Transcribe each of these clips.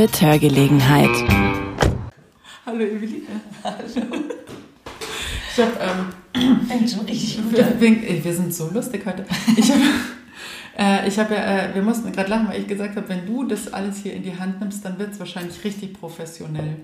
mit Hörgelegenheit. Hallo Eveline. Hallo. Ich habe Fängt schon richtig gut an. wir sind so lustig heute. Wir mussten gerade lachen, weil ich gesagt habe, wenn du das alles hier in die Hand nimmst, dann wird es wahrscheinlich richtig professionell.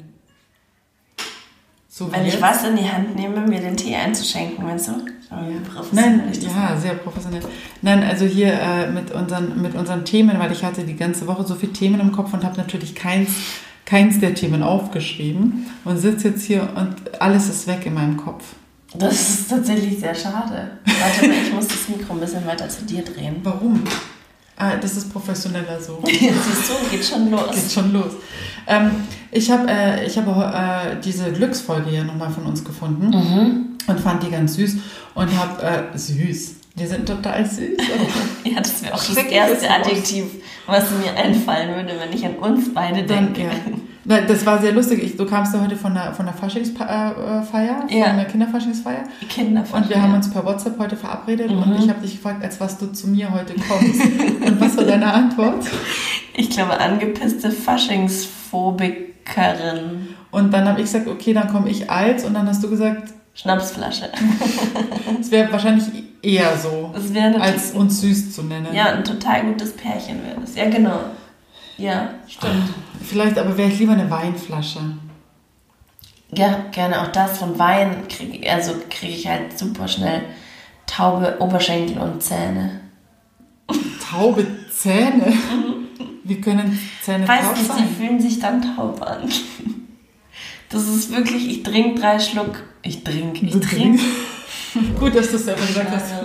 So wenn ich was in die Hand nehme, mir den Tee einzuschenken, meinst du? Nein, ja, sehr professionell. Nein, also hier mit unseren Themen, weil ich hatte die ganze Woche so viele Themen im Kopf und habe natürlich keins der Themen aufgeschrieben und sitze jetzt hier und alles ist weg in meinem Kopf. Das ist tatsächlich sehr schade. Warte mal, ich muss das Mikro ein bisschen weiter zu dir drehen. Warum? Das ist professioneller so. Siehst du, geht schon los. Ich habe diese Glücksfolge ja nochmal von uns gefunden und fand die ganz süß und habe süß. Die sind total süß. Ja, das wäre auch das erste Adjektiv, was mir einfallen würde, wenn ich an uns beide denke. Ja. Das war sehr lustig. Du kamst ja heute von der Faschingsfeier, von der Kinderfaschingsfeier. Und wir haben uns per WhatsApp heute verabredet und ich habe dich gefragt, als was du zu mir heute kommst. Und was war deine Antwort? Ich glaube, angepisste Faschingsphobikerin. Und dann habe ich gesagt, okay, dann komme ich als. Und dann hast du gesagt... Schnapsflasche. Es wäre wahrscheinlich eher so, als uns süß zu nennen. Ja, ein total gutes Pärchen wäre das. Ja, genau. Ja, stimmt. Vielleicht aber wäre ich lieber eine Weinflasche. Ja, gerne auch das. Von Wein kriege ich halt super schnell taube Oberschenkel und Zähne. Taube Zähne? Wie können Zähne taub sein? Die fühlen sich dann taub an. Das ist wirklich, ich trinke 3 Schluck. Ich trinke. Gut, dass du es selber gesagt hast.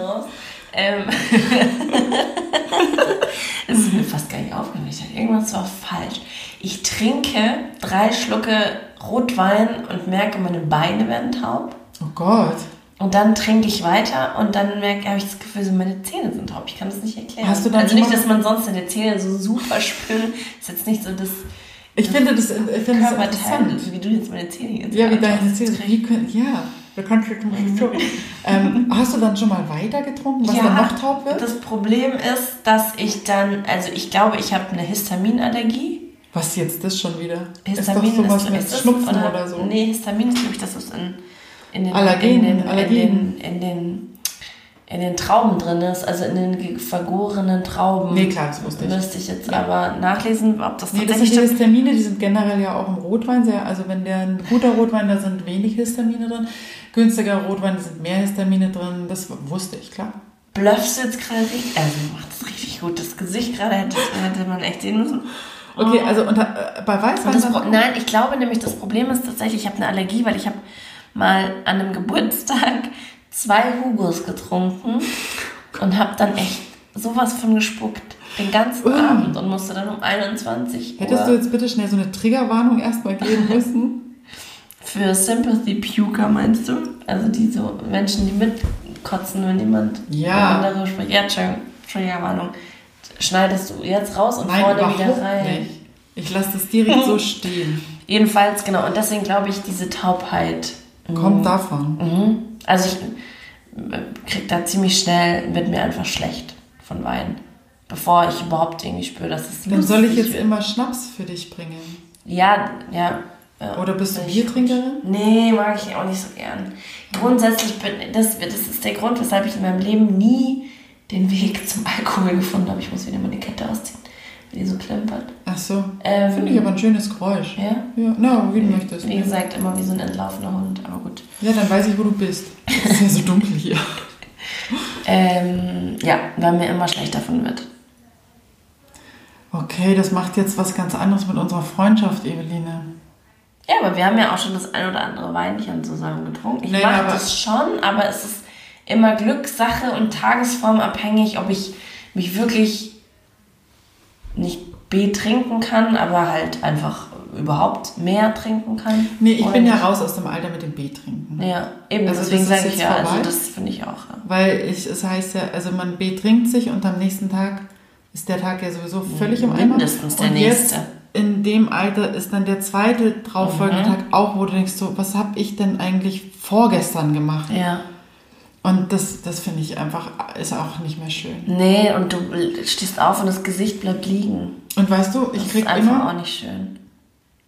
Es ist mir fast gar nicht aufgefallen. Ich dachte, irgendwas war falsch. Ich trinke 3 Schlucke Rotwein und merke, meine Beine werden taub. Oh Gott. Und dann trinke ich weiter und dann habe ich das Gefühl, so meine Zähne sind taub. Ich kann das nicht erklären. Hast du dann also nicht, dass man sonst seine Zähne so super spürt. Ist jetzt nicht so das... Ich finde das interessant. Wie du jetzt meine Zähne jetzt ja, wie deine Zähne. Da kannst du jetzt mal hast du dann schon mal weiter getrunken, was dann noch taub wird? Das Problem ist, dass ich dann, also ich glaube, ich habe eine Histaminallergie. Was jetzt das schon wieder? Histamin ist doch sowas mit Schnupfen oder so. Nee, Histamin ist, glaube ich, das ist in den Allergien. In den Trauben drin ist, also in den vergorenen Trauben. Nee, klar, das wusste ich. Müsste ich jetzt aber nachlesen, ob das tatsächlich das sind die Histamine, die sind generell ja auch im Rotwein sehr, also wenn der ein guter Rotwein, da sind wenig Histamine drin, günstiger Rotwein, da sind mehr Histamine drin, das wusste ich, klar. Bluffst du jetzt gerade richtig? Also macht das richtig gut, das Gesicht gerade hätte man echt sehen müssen. Okay, also bei Weißwein... Nein, ich glaube nämlich, das Problem ist tatsächlich, ich habe eine Allergie, weil ich habe mal an einem Geburtstag 2 Hugos getrunken und habe dann echt sowas von gespuckt den ganzen Abend und musste dann um 21 Uhr... Hättest du jetzt bitte schnell so eine Triggerwarnung erstmal geben müssen? Für Sympathy Puker meinst du? Also die so Menschen, die mitkotzen, wenn jemand andere spricht. Ja, Triggerwarnung. Schneidest du jetzt raus und vorne wieder rein? Nicht. Ich lasse das direkt so stehen. Jedenfalls, genau. Und deswegen glaube ich, diese Taubheit... Kommt davon. Also ich kriege da ziemlich schnell, wird mir einfach schlecht von Wein, bevor ich überhaupt irgendwie spüre, dass es... Dann soll ich jetzt immer Schnaps für dich bringen? Ja. Oder bist du Biertrinkerin? Nee, mag ich auch nicht so gern. Grundsätzlich, das ist der Grund, weshalb ich in meinem Leben nie den Weg zum Alkohol gefunden habe. Ich muss wieder meine Kette ausziehen, wenn die so klimpert. Ach so, finde ich aber ein schönes Geräusch. Ja? Ja, wie du möchtest. Wie gesagt, immer wie so ein entlaufener Hund, aber gut. Ja, dann weiß ich, wo du bist. Es ist ja so dunkel hier. Weil mir immer schlechter davon wird. Okay, das macht jetzt was ganz anderes mit unserer Freundschaft, Eveline. Ja, aber wir haben ja auch schon das ein oder andere Weinchen zusammen getrunken. Ich mache das schon, aber es ist immer Glückssache und tagesformabhängig, ob ich mich wirklich nicht betrinken kann, aber halt einfach überhaupt mehr trinken kann. Nee, ich bin ja raus aus dem Alter mit dem B-Trinken. Ja, eben, also deswegen sage ich ja, vorbei. Also das finde ich auch. Ja. Weil es heißt ja, also man betrinkt sich und am nächsten Tag ist der Tag ja sowieso völlig im Eimer. Mindestens der nächste. Jetzt in dem Alter ist dann der zweite darauffolgende Tag auch, wo du denkst, so, was habe ich denn eigentlich vorgestern gemacht? Ja. Und das finde ich einfach, ist auch nicht mehr schön. Nee, und du stehst auf und das Gesicht bleibt liegen. Und weißt du, ich krieg immer... Das ist einfach auch nicht schön.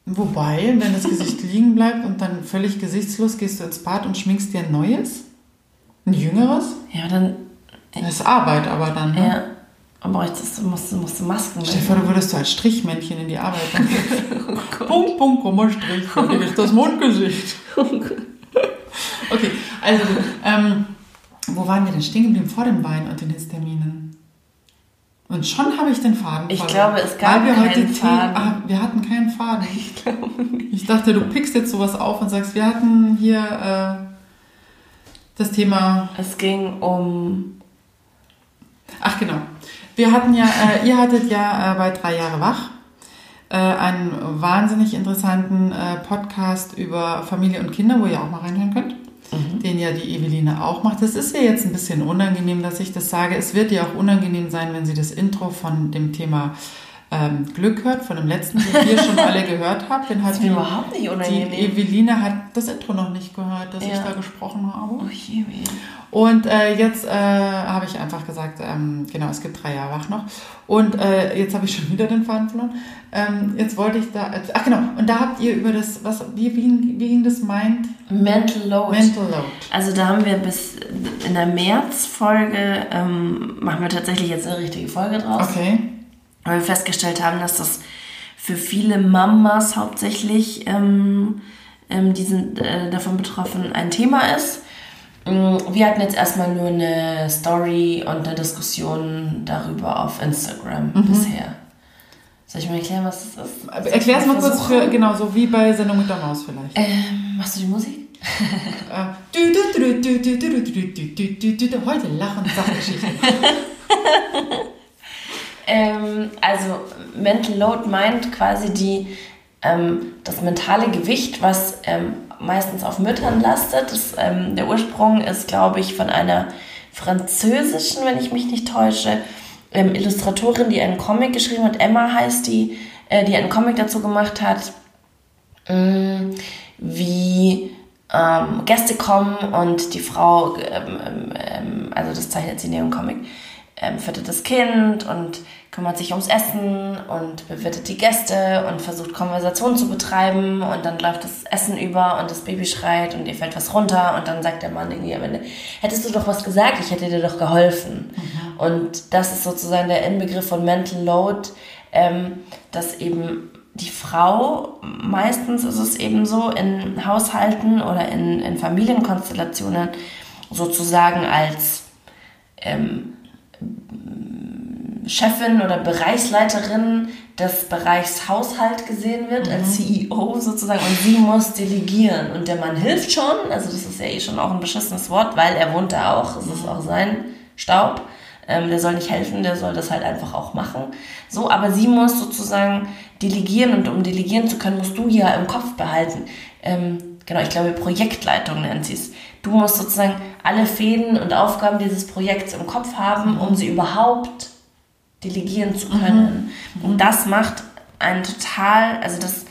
Wobei, wenn das Gesicht liegen bleibt und dann völlig gesichtslos gehst du ins Bad und schminkst dir ein neues? Ein jüngeres? Ja, dann... Das ist Arbeit aber dann, ne? Ja, aber musst du Masken... Stell dir vor, du würdest so als Strichmännchen in die Arbeit gehen. Punkt, Punkt, Komma, Strich. Fertig ist das Mondgesicht. Okay, also, wo waren wir denn stehen geblieben? Vor dem Wein und den Histaminen. Und schon habe ich den Faden verloren. Ich glaube, es gab keinen Faden. Wir hatten keinen Faden. Ich glaube nicht. Ich dachte, du pickst jetzt sowas auf und sagst, wir hatten hier das Thema... Es ging um... Ach genau. Wir hatten ja, ihr hattet ja bei 3 Jahre wach einen wahnsinnig interessanten Podcast über Familie und Kinder, wo ihr auch mal reinhören könnt. Den ja die Eveline auch macht. Das ist ja jetzt ein bisschen unangenehm, dass ich das sage. Es wird ja auch unangenehm sein, wenn sie das Intro von dem Thema Glück hört, von dem letzten, den ihr schon alle gehört habt. Den das ist überhaupt nicht unangenehm. Die Eveline hat das Intro noch nicht gehört, dass ich da gesprochen habe. Oh je. Und jetzt habe ich einfach gesagt, genau, es gibt 3 Jahre wach noch. Und jetzt habe ich schon wieder den Faden verloren. Jetzt wollte ich da... Ach genau, und da habt ihr über das... Wie ging das meint? Mental Load. Mental Load. Also da haben wir bis in der März-Folge, machen wir tatsächlich jetzt eine richtige Folge draus. Okay. Weil wir festgestellt haben, dass das für viele Mamas hauptsächlich, die sind davon betroffen, ein Thema ist. Wir hatten jetzt erstmal nur eine Story und eine Diskussion darüber auf Instagram bisher. Soll ich mal erklären, was das ist? Erklär es mal kurz genau, so wie bei Sendung mit der Maus vielleicht. Machst du die Musik? Heute lachen Sachgeschichten. Also Mental Load meint quasi das mentale Gewicht, was meistens auf Müttern lastet. Der Ursprung ist, glaube ich, von einer französischen, wenn ich mich nicht täusche, Illustratorin, die einen Comic geschrieben hat. Emma heißt die einen Comic dazu gemacht hat, wie Gäste kommen und die Frau, also das zeichnet sie in ihrem Comic, füttert das Kind und kümmert sich ums Essen und bewirtet die Gäste und versucht Konversation zu betreiben und dann läuft das Essen über und das Baby schreit und ihr fällt was runter und dann sagt der Mann irgendwie am Ende, hättest du doch was gesagt, ich hätte dir doch geholfen. Und das ist sozusagen der Inbegriff von Mental Load, dass eben die Frau, meistens ist es eben so in Haushalten oder in Familienkonstellationen sozusagen als Chefin oder Bereichsleiterin des Bereichs Haushalt gesehen wird, als CEO sozusagen, und sie muss delegieren und der Mann hilft schon, also das ist ja eh schon auch ein beschissenes Wort, weil er wohnt da auch, es ist auch sein Staub, der soll nicht helfen, der soll das halt einfach auch machen, so, aber sie muss sozusagen delegieren und um delegieren zu können, musst du ja im Kopf behalten, genau, ich glaube Projektleitung nennt sie es, du musst sozusagen alle Fäden und Aufgaben dieses Projekts im Kopf haben, um sie überhaupt delegieren zu können. Und das macht einen total, also das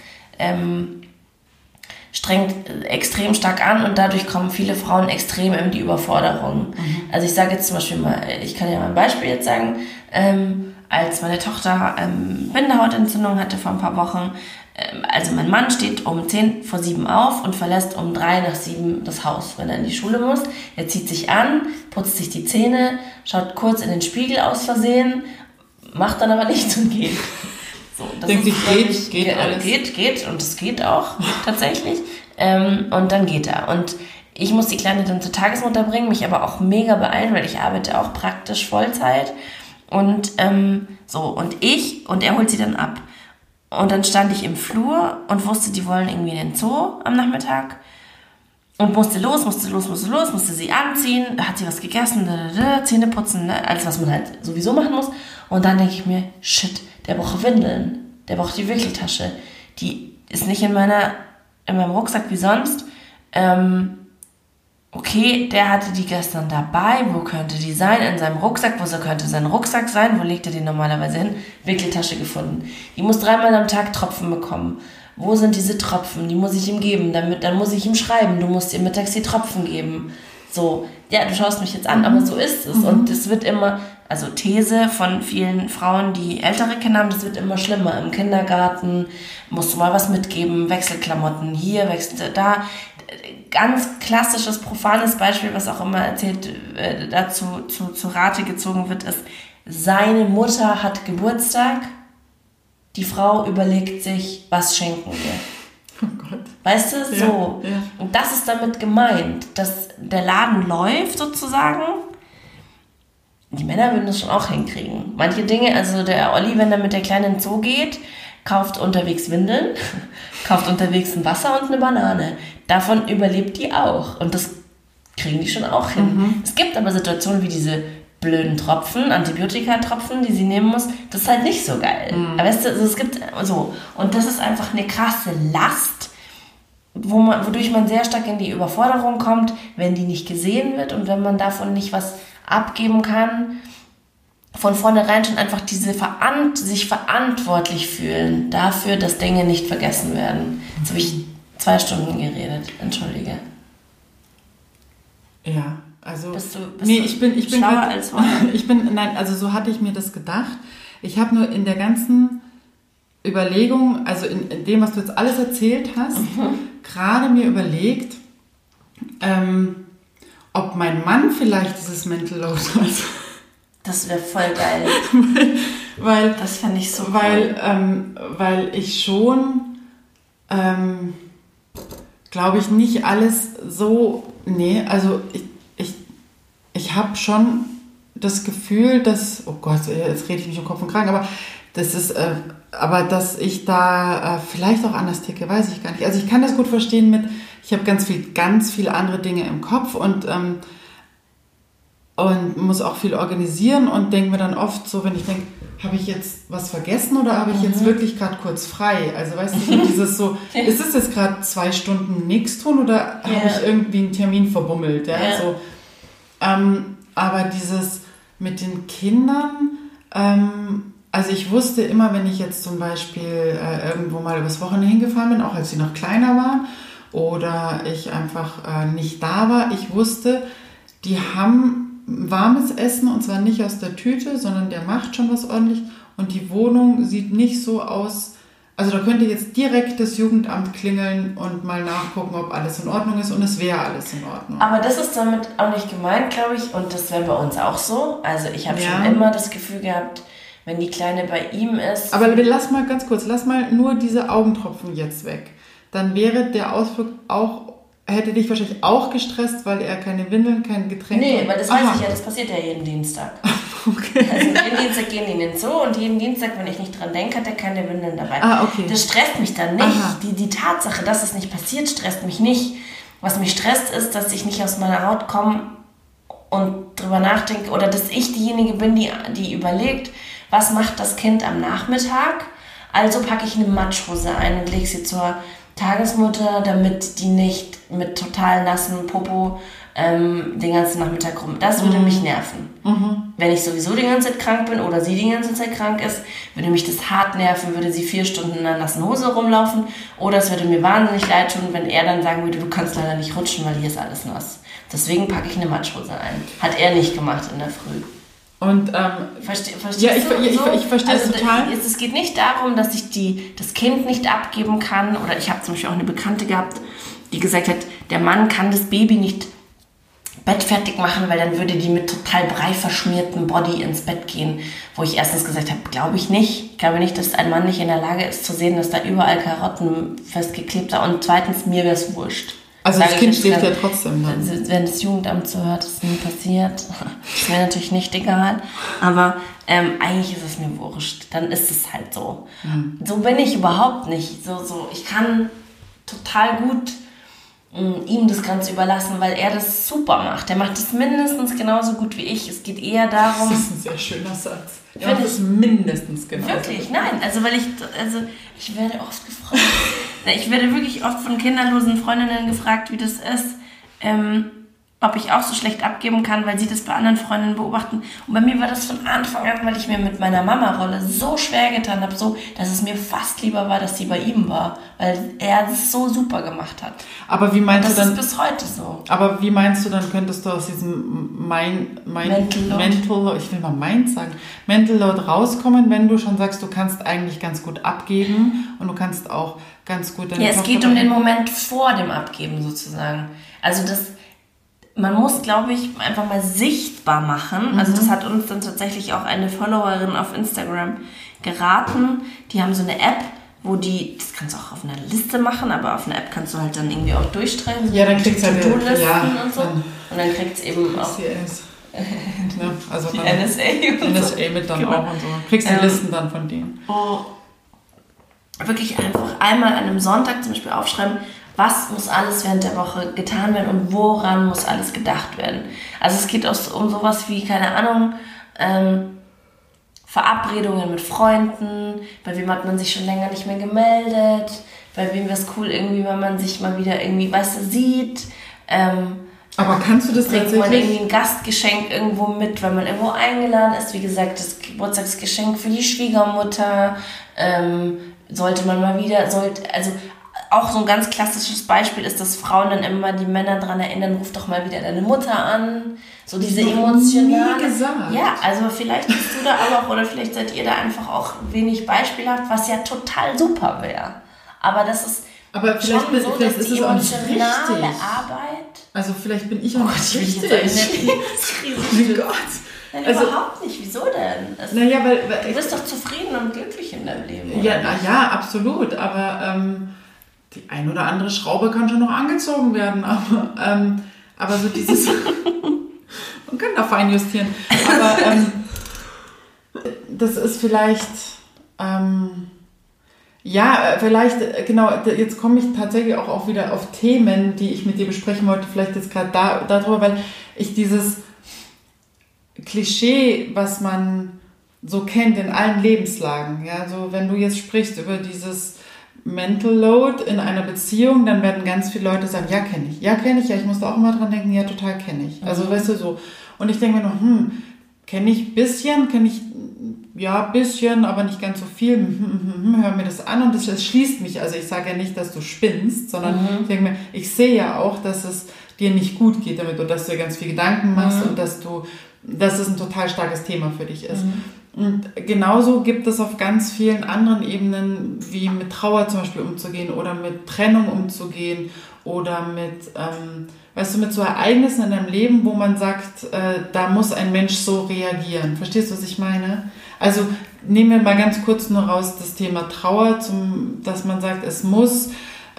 strengt extrem stark an und dadurch kommen viele Frauen extrem in die Überforderung. Also ich sage jetzt zum Beispiel mal, ich kann ja mal ein Beispiel jetzt sagen, als meine Tochter Bindehautentzündung hatte vor ein paar Wochen, also mein Mann steht um 6:50 auf und verlässt um 6:03 das Haus, wenn er in die Schule muss. Er zieht sich an, putzt sich die Zähne, schaut kurz in den Spiegel aus Versehen, macht dann aber nichts und geht. So, das denkt sich, geht alles. Geht und es geht auch tatsächlich. Und dann geht er. Und ich muss die Kleine dann zur Tagesmutter bringen, mich aber auch mega beeilen, weil ich arbeite auch praktisch Vollzeit. Und und er holt sie dann ab. Und dann stand ich im Flur und wusste, die wollen irgendwie in den Zoo am Nachmittag. Und musste sie anziehen, hat sie was gegessen, Zähne putzen, ne? Alles, was man halt sowieso machen muss. Und dann denke ich mir, shit, der braucht Windeln, der braucht die Wickeltasche. Die ist nicht in meinem Rucksack wie sonst. Okay, der hatte die gestern dabei, wo könnte die sein? In seinem Rucksack, könnte sein Rucksack sein? Wo legt er die normalerweise hin? Wickeltasche gefunden. Die muss 3-mal am Tag Tropfen bekommen. Wo sind diese Tropfen? Die muss ich ihm geben, dann muss ich ihm schreiben, du musst ihr mittags die Tropfen geben. So, ja, du schaust mich jetzt an, aber so ist es. Und es wird immer, also These von vielen Frauen, die ältere Kinder haben, das wird immer schlimmer. Im Kindergarten musst du mal was mitgeben, Wechselklamotten hier, Wechsel da. Ganz klassisches, profanes Beispiel, was auch immer erzählt, dazu zu Rate gezogen wird, ist, seine Mutter hat Geburtstag, die Frau überlegt sich, was schenken wir. Oh Gott. Weißt du, so. Ja. Und das ist damit gemeint, dass der Laden läuft sozusagen. Die Männer würden das schon auch hinkriegen. Manche Dinge, also der Olli, wenn er mit der Kleinen ins Zoo geht, kauft unterwegs Windeln, kauft unterwegs ein Wasser und eine Banane. Davon überlebt die auch. Und das kriegen die schon auch hin. Es gibt aber Situationen wie diese blöden Tropfen, Antibiotikatropfen, die sie nehmen muss. Das ist halt nicht so geil. Aber weißt du, also es gibt so. Und das ist einfach eine krasse Last, wodurch man sehr stark in die Überforderung kommt, wenn die nicht gesehen wird und wenn man davon nicht was abgeben kann. Von vornherein schon einfach sich verantwortlich fühlen dafür, dass Dinge nicht vergessen werden. Jetzt habe ich 2 Stunden geredet, entschuldige. Ja, also... Bist du ich bin schlauer als heute? Nein, also so hatte ich mir das gedacht. Ich habe nur in der ganzen Überlegung, also in dem, was du jetzt alles erzählt hast, gerade mir überlegt, ob mein Mann vielleicht dieses Mental Load hat. Das wäre voll geil. weil das fände ich so cool. Weil ich schon, glaube ich, nicht alles so... Nee, also ich habe schon das Gefühl, dass... Oh Gott, jetzt rede ich mich um Kopf und Kragen, aber das ist... aber dass ich da vielleicht auch anders ticke, weiß ich gar nicht. Also ich kann das gut verstehen mit... Ich habe ganz viele andere Dinge im Kopf und muss auch viel organisieren und denke mir dann oft so, wenn ich denke, habe ich jetzt was vergessen oder habe ich jetzt wirklich gerade kurz frei? Also weißt du, dieses so, ist es jetzt gerade 2 Stunden nichts tun oder habe ich irgendwie einen Termin verbummelt? Ja? So, aber dieses mit den Kindern, also ich wusste immer, wenn ich jetzt zum Beispiel irgendwo mal übers Wochenende hingefahren bin, auch als sie noch kleiner waren oder ich einfach nicht da war, ich wusste, die haben warmes Essen und zwar nicht aus der Tüte, sondern der macht schon was ordentlich und die Wohnung sieht nicht so aus, also da könnte jetzt direkt das Jugendamt klingeln und mal nachgucken, ob alles in Ordnung ist und es wäre alles in Ordnung. Aber das ist damit auch nicht gemeint, glaube ich, und das wäre bei uns auch so. Also ich habe schon immer das Gefühl gehabt, wenn die Kleine bei ihm ist... Aber lass mal nur diese Augentropfen jetzt weg. Dann wäre der Ausflug auch... Hätte dich wahrscheinlich auch gestresst, weil er keine Windeln, kein Getränk... Nee, weil das weiß ich ja, das passiert ja jeden Dienstag. Okay. Also jeden Dienstag gehen die in den Zoo und jeden Dienstag, wenn ich nicht dran denke, hat er keine Windeln dabei. Okay. Das stresst mich dann nicht. Die Tatsache, dass es nicht passiert, stresst mich nicht. Was mich stresst, ist, dass ich nicht aus meiner Haut komme und drüber nachdenke oder dass ich diejenige bin, die überlegt, was macht das Kind am Nachmittag? Also packe ich eine Matschhose ein und lege sie zur Tagesmutter, damit die nicht mit total nassen Popo den ganzen Nachmittag rum. Das würde mich nerven. Wenn ich sowieso die ganze Zeit krank bin oder sie die ganze Zeit krank ist, würde mich das hart nerven, würde sie 4 Stunden in einer nassen Hose rumlaufen oder es würde mir wahnsinnig leid tun, wenn er dann sagen würde, du kannst leider nicht rutschen, weil hier ist alles nass. Deswegen packe ich eine Matschhose ein. Hat er nicht gemacht in der Früh. Und verstehst ja, ich verstehe es total. Es geht nicht darum, dass ich das Kind nicht abgeben kann. Oder ich habe zum Beispiel auch eine Bekannte gehabt, die gesagt hat, der Mann kann das Baby nicht bettfertig machen, weil dann würde die mit total breiverschmiertem Body ins Bett gehen. Wo ich erstens gesagt habe, glaube ich nicht. Ich glaube nicht, dass ein Mann nicht in der Lage ist zu sehen, dass da überall Karotten festgeklebt sind. Und zweitens, mir wäre es wurscht. Also das Kind schläft ja trotzdem dann. Wenn das Jugendamt so hört, ist nie passiert. Ist mir natürlich nicht egal. Aber eigentlich ist es mir wurscht. Dann ist es halt so. So bin ich überhaupt nicht. Ich kann total gut ihm das Ganze überlassen, weil er das super macht. Er macht es mindestens genauso gut wie ich. Es geht eher darum... Das ist ein sehr schöner Satz. Er macht es mindestens genauso. Wirklich? Nein. Also ich werde oft gefragt... Ich werde wirklich oft von kinderlosen Freundinnen gefragt, wie das ist. ob ich auch so schlecht abgeben kann, weil sie das bei anderen Freundinnen beobachten. Und bei mir war das von Anfang an, weil ich mir mit meiner Mama-Rolle so schwer getan habe, so, dass es mir fast lieber war, dass sie bei ihm war, weil er das so super gemacht hat. Aber wie meinst du dann? Das ist bis heute so. Aber wie meinst du dann, könntest du aus diesem Mental Load rauskommen, wenn du schon sagst, du kannst eigentlich ganz gut abgeben und du kannst auch ganz gut deine Tochter... Ja, es geht um den Moment vor dem Abgeben sozusagen. Also man muss, glaube ich, einfach mal sichtbar machen. Also das hat uns dann tatsächlich auch eine Followerin auf Instagram geraten. Die haben so eine App, das kannst du auch auf einer Liste machen, aber auf einer App kannst du halt dann irgendwie auch durchstreichen. Ja, dann kriegst du halt To-Do-Listen und so. Und dann kriegst du eben auch... ja, also die NSA mit dann auch und so. Kriegst die Listen dann von denen. Wirklich einfach einmal an einem Sonntag zum Beispiel aufschreiben, was muss alles während der Woche getan werden und woran muss alles gedacht werden. Also es geht auch um sowas wie, keine Ahnung, Verabredungen mit Freunden, bei wem hat man sich schon länger nicht mehr gemeldet, bei wem wäre es cool irgendwie, wenn man sich mal wieder irgendwie, sieht. Aber kannst du das tatsächlich? Bringt man irgendwie ein Gastgeschenk irgendwo mit, wenn man irgendwo eingeladen ist, wie gesagt, das Geburtstagsgeschenk für die Schwiegermutter, sollte man mal wieder, also auch so ein ganz klassisches Beispiel ist, dass Frauen dann immer die Männer daran erinnern, ruf doch mal wieder deine Mutter an. So diese emotionale... Nie gesagt. Ja, also vielleicht bist du da aber auch, oder vielleicht seid ihr da einfach auch wenig beispielhaft, was ja total super wäre. Aber das ist aber schon vielleicht so, dass die emotionale Arbeit... Also vielleicht bin ich auch nicht richtig. Oh Gott. Nein, also, überhaupt nicht. Wieso denn? weil du bist doch zufrieden und glücklich in deinem Leben. Ja, absolut. Aber die ein oder andere Schraube kann schon noch angezogen werden. Aber so dieses... man kann da fein justieren. Aber das ist vielleicht... vielleicht, genau, jetzt komme ich tatsächlich auch wieder auf Themen, die ich mit dir besprechen wollte, vielleicht jetzt gerade darüber, weil ich dieses Klischee, was man so kennt in allen Lebenslagen, ja, so wenn du jetzt sprichst über dieses Mental Load in einer Beziehung, dann werden ganz viele Leute sagen, ja, kenne ich, ja, ich musste auch immer dran denken, ja, total kenne ich. Also, weißt du, so. Und ich denke mir noch, kenne ich, ja, bisschen, aber nicht ganz so viel, hör mir das an und das schließt mich. Also ich sage ja nicht, dass du spinnst, sondern ich denke mir, ich sehe ja auch, dass es dir nicht gut geht damit und dass du dir ganz viel Gedanken machst und dass es ein total starkes Thema für dich ist. Und genauso gibt es auf ganz vielen anderen Ebenen, wie mit Trauer zum Beispiel umzugehen oder mit Trennung umzugehen oder mit, mit so Ereignissen in deinem Leben, wo man sagt, da muss ein Mensch so reagieren. Verstehst du, was ich meine? Also nehmen wir mal ganz kurz nur raus das Thema Trauer, dass man sagt, es muss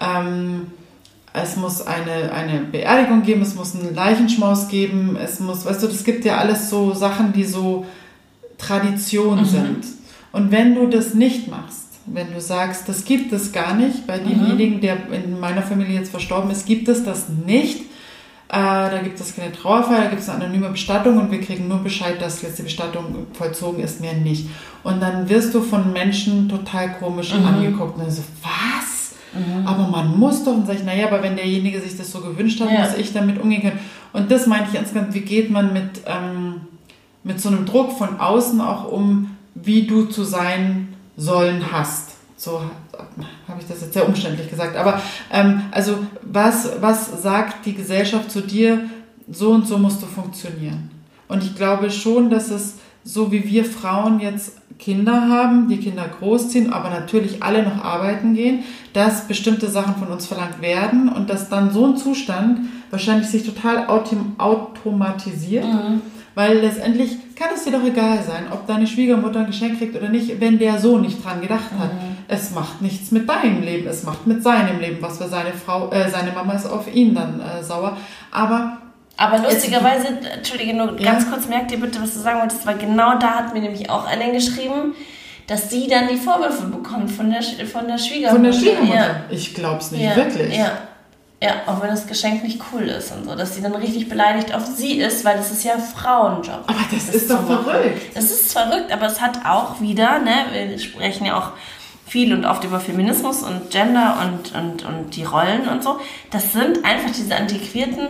eine Beerdigung geben, es muss einen Leichenschmaus geben, es muss, das gibt ja alles so Sachen, die so Tradition sind. Und wenn du das nicht machst, wenn du sagst, das gibt es gar nicht, bei demjenigen, der in meiner Familie jetzt verstorben ist, gibt es das nicht, da gibt es keine Trauerfeier, da gibt es eine anonyme Bestattung und wir kriegen nur Bescheid, dass jetzt die Bestattung vollzogen ist, mehr nicht. Und dann wirst du von Menschen total komisch angeguckt und dann so, was? Aber man muss doch, und sag ich, aber wenn derjenige sich das so gewünscht hat, muss ich damit umgehen können. Und das meinte ich insgesamt, wie geht man mit so einem Druck von außen auch um, wie du zu sein sollen hast. So habe ich das jetzt sehr umständlich gesagt. Aber also was sagt die Gesellschaft zu dir, so und so musst du funktionieren? Und ich glaube schon, dass es so wie wir Frauen jetzt Kinder haben, die Kinder großziehen, aber natürlich alle noch arbeiten gehen, dass bestimmte Sachen von uns verlangt werden und dass dann so ein Zustand wahrscheinlich sich total automatisiert, weil letztendlich kann es dir doch egal sein, ob deine Schwiegermutter ein Geschenk kriegt oder nicht, wenn der so nicht dran gedacht hat. Es macht nichts mit deinem Leben, es macht mit seinem Leben, was für seine Mama ist auf ihn dann sauer, aber lustigerweise, entschuldige, nur ganz kurz, merkt ihr bitte, was du sagen wolltest, weil genau da hat mir nämlich auch eine geschrieben, dass sie dann die Vorwürfe bekommt von der Schwiegermutter. Von der Schwiegermutter? Ja. Ich glaub's nicht, wirklich. Ja, auch wenn das Geschenk nicht cool ist und so, dass sie dann richtig beleidigt auf sie ist, weil das ist ja Frauenjob. Aber das ist doch verrückt. Das ist verrückt, aber es hat auch wieder, wir sprechen ja auch viel und oft über Feminismus und Gender und die Rollen und so. Das sind einfach diese antiquierten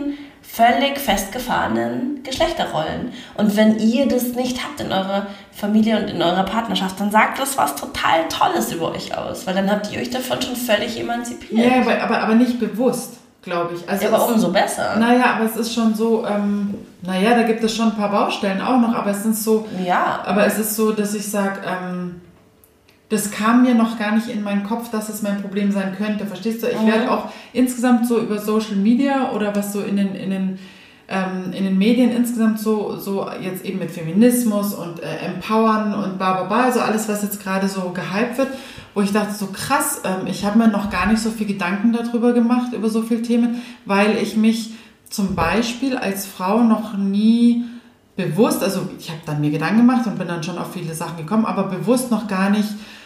völlig festgefahrenen Geschlechterrollen. Und wenn ihr das nicht habt in eurer Familie und in eurer Partnerschaft, dann sagt das was total Tolles über euch aus, weil dann habt ihr euch davon schon völlig emanzipiert. Ja, aber nicht bewusst, glaube ich. Also ja, aber umso besser. Naja, aber es ist schon so, da gibt es schon ein paar Baustellen auch noch, aber es ist so, aber es ist so, dass ich sage, das kam mir noch gar nicht in meinen Kopf, dass es mein Problem sein könnte. Verstehst du? Ich werde auch insgesamt so über Social Media oder was so in den Medien insgesamt so jetzt eben mit Feminismus und Empowern und bla bla bla, also alles, was jetzt gerade so gehypt wird, wo ich dachte, so krass, ich habe mir noch gar nicht so viel Gedanken darüber gemacht, über so viele Themen, weil ich mich zum Beispiel als Frau noch nie bewusst, also ich habe dann mir Gedanken gemacht und bin dann schon auf viele Sachen gekommen, aber bewusst noch gar nicht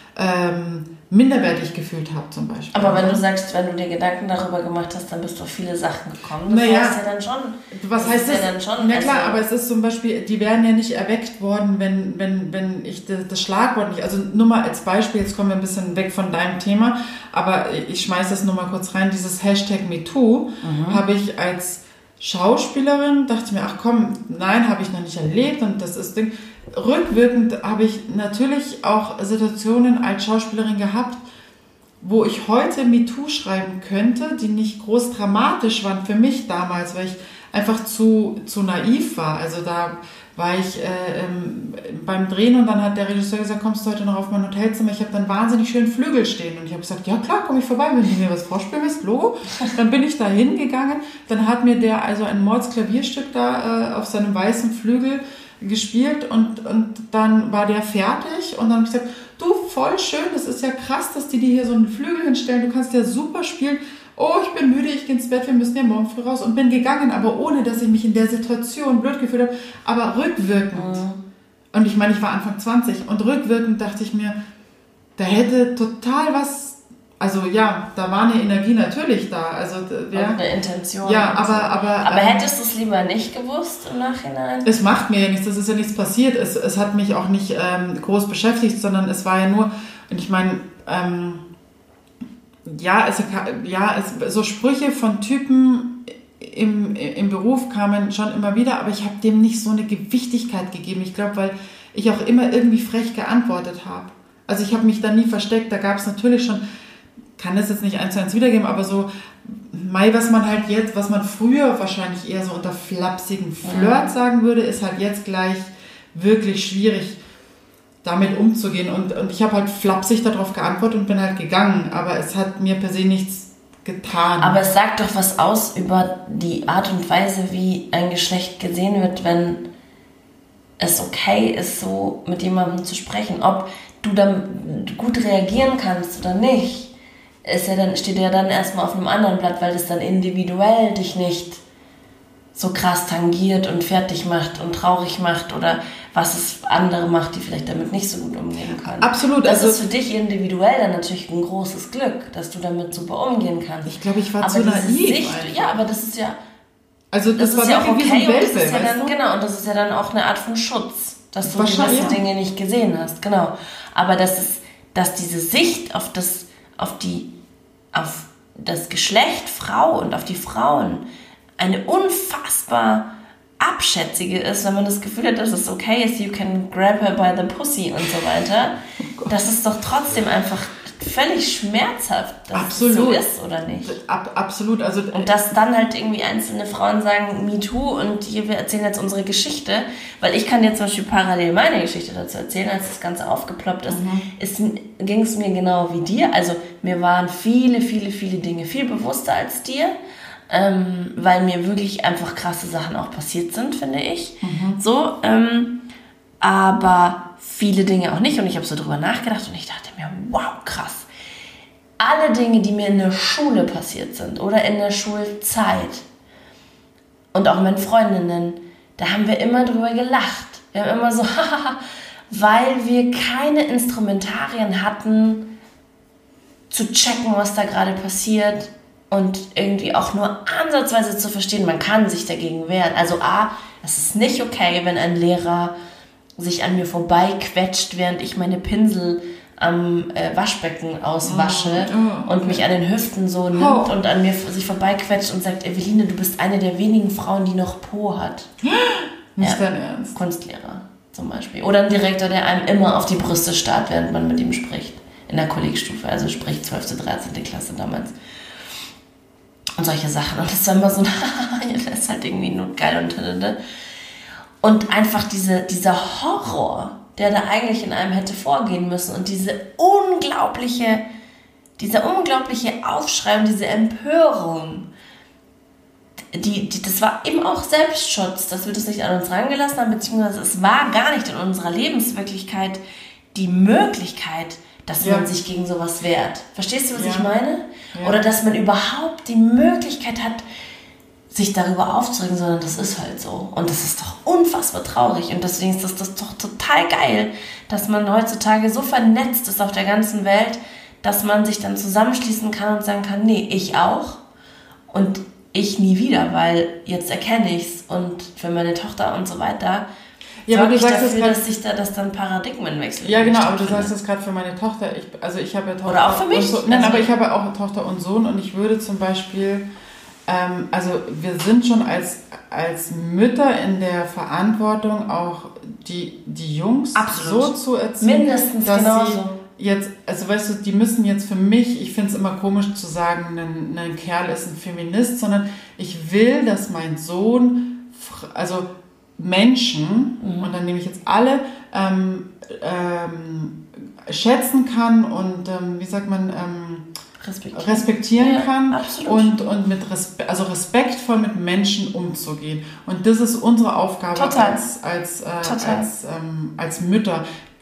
minderwertig gefühlt habe zum Beispiel. Aber wenn du sagst, wenn du dir Gedanken darüber gemacht hast, dann bist du auf viele Sachen gekommen. Das heißt ja dann schon. Was heißt das? Ja dann schon, na klar, aber es ist zum Beispiel, die werden ja nicht erweckt worden, wenn ich das Schlagwort nicht, also nur mal als Beispiel, jetzt kommen wir ein bisschen weg von deinem Thema, aber ich schmeiße das nur mal kurz rein, dieses Hashtag MeToo habe ich als Schauspielerin, dachte ich mir, ach komm, nein, habe ich noch nicht erlebt und das ist Ding. Rückwirkend habe ich natürlich auch Situationen als Schauspielerin gehabt, wo ich heute MeToo schreiben könnte, die nicht groß dramatisch waren für mich damals, weil ich einfach zu naiv war. Also da war ich beim Drehen und dann hat der Regisseur gesagt, kommst du heute noch auf mein Hotelzimmer? Ich habe dann wahnsinnig schön Flügel stehen und ich habe gesagt, ja klar, komme ich vorbei, wenn du mir was vorspielen willst, Logo. Dann bin ich da hingegangen, dann hat mir der also ein Mordsklavierstück da auf seinem weißen Flügel gespielt und dann war der fertig und dann habe ich gesagt, du, voll schön, das ist ja krass, dass die dir hier so einen Flügel hinstellen, du kannst ja super spielen. Oh, ich bin müde, ich gehe ins Bett, wir müssen ja morgen früh raus und bin gegangen, aber ohne, dass ich mich in der Situation blöd gefühlt habe, aber rückwirkend. Und ich meine, ich war Anfang 20 und rückwirkend dachte ich mir, da hätte total was, also ja, da war eine Energie natürlich da. Also, ja, und eine Intention. Ja, aber hättest du es lieber nicht gewusst im Nachhinein? Es macht mir ja nichts, das ist ja nichts passiert. Es hat mich auch nicht groß beschäftigt, sondern es war ja nur, und ich meine, so Sprüche von Typen im Beruf kamen schon immer wieder, aber ich habe dem nicht so eine Gewichtigkeit gegeben. Ich glaube, weil ich auch immer irgendwie frech geantwortet habe. Also ich habe mich da nie versteckt. Da gab es natürlich schon, kann das jetzt nicht 1:1 wiedergeben, aber so, was man früher wahrscheinlich eher so unter flapsigen Flirt sagen würde, ist halt jetzt gleich wirklich schwierig, damit umzugehen. Und ich habe halt flapsig darauf geantwortet und bin halt gegangen. Aber es hat mir per se nichts getan. Aber es sagt doch was aus über die Art und Weise, wie ein Geschlecht gesehen wird, wenn es okay ist, so mit jemandem zu sprechen. Ob du dann gut reagieren kannst oder nicht, steht ja dann erstmal auf einem anderen Blatt, weil das dann individuell dich nicht so krass tangiert und fertig macht und traurig macht oder was es andere macht, die vielleicht damit nicht so gut umgehen können. Absolut. Das ist für dich individuell dann natürlich ein großes Glück, dass du damit super umgehen kannst. Ich glaube, ich war zu naiv. Ja, aber das ist ja... Also das war ja auch okay, und das ist ja dann, genau, und das ist ja dann auch eine Art von Schutz, dass du gewisse Dinge nicht gesehen hast, genau. Aber dass diese Sicht auf das Geschlecht Frau und auf die Frauen eine unfassbar abschätzige ist, wenn man das Gefühl hat, dass es okay ist, you can grab her by the pussy und so weiter, das ist doch trotzdem einfach völlig schmerzhaft, dass es so ist, oder nicht? Absolut. Also, und dass dann halt irgendwie einzelne Frauen sagen, MeToo und hier, wir erzählen jetzt unsere Geschichte, weil ich kann dir zum Beispiel parallel meine Geschichte dazu erzählen, als das Ganze aufgeploppt ist, ging es mir genau wie dir, also mir waren viele, viele, viele Dinge viel bewusster als dir, weil mir wirklich einfach krasse Sachen auch passiert sind, finde ich. Aber viele Dinge auch nicht und ich habe so drüber nachgedacht und ich dachte mir, wow, krass. Alle Dinge, die mir in der Schule passiert sind oder in der Schulzeit und auch mit Freundinnen, da haben wir immer drüber gelacht. Wir haben immer so, weil wir keine Instrumentarien hatten, zu checken, was da gerade passiert und irgendwie auch nur ansatzweise zu verstehen, man kann sich dagegen wehren. Also es ist nicht okay, wenn ein Lehrer sich an mir vorbeiquetscht, während ich meine Pinsel am Waschbecken auswasche und mich an den Hüften so nimmt und an mir sich vorbeiquetscht und sagt, Eveline, du bist eine der wenigen Frauen, die noch Po hat. Nicht dein Ernst. Kunstlehrer zum Beispiel. Oder ein Direktor, der einem immer auf die Brüste starrt, während man mit ihm spricht. In der Kollegstufe, also sprich 12., 13. Klasse damals. Und solche Sachen. Und das war immer so, das ist halt irgendwie nur geil und einfach dieser Horror, der da eigentlich in einem hätte vorgehen müssen und dieser unglaubliche Aufschrei und diese Empörung, das war eben auch Selbstschutz, dass wir das nicht an uns rangelassen haben, beziehungsweise es war gar nicht in unserer Lebenswirklichkeit die Möglichkeit, dass man sich gegen sowas wehrt. Verstehst du, was ich meine? Ja. Oder dass man überhaupt die Möglichkeit hat, sich darüber aufzuregen, sondern das ist halt so. Und das ist doch unfassbar traurig. Und deswegen ist das doch total geil, dass man heutzutage so vernetzt ist auf der ganzen Welt, dass man sich dann zusammenschließen kann und sagen kann, nee, ich auch und ich nie wieder, weil jetzt erkenne ich es und für meine Tochter und so weiter sorge ich dafür, dass dann Paradigmenwechsel. Ja, genau, aber du sagst das gerade für meine Tochter. Ich habe ja Tochter. Oder auch für mich. Nein, aber ich habe auch Tochter und Sohn und ich würde zum Beispiel, wir sind schon als Mütter in der Verantwortung, auch die Jungs so zu erziehen, mindestens dass genauso. sie jetzt, also weißt du, die müssen jetzt für mich, ich finde es immer komisch zu sagen, ein Kerl ist ein Feminist, sondern ich will, dass mein Sohn, also Menschen, und dann nehme ich jetzt alle, schätzen kann und, wie sagt man, respektieren kann und mit respektvoll mit Menschen umzugehen. Und das ist unsere Aufgabe als Mütter.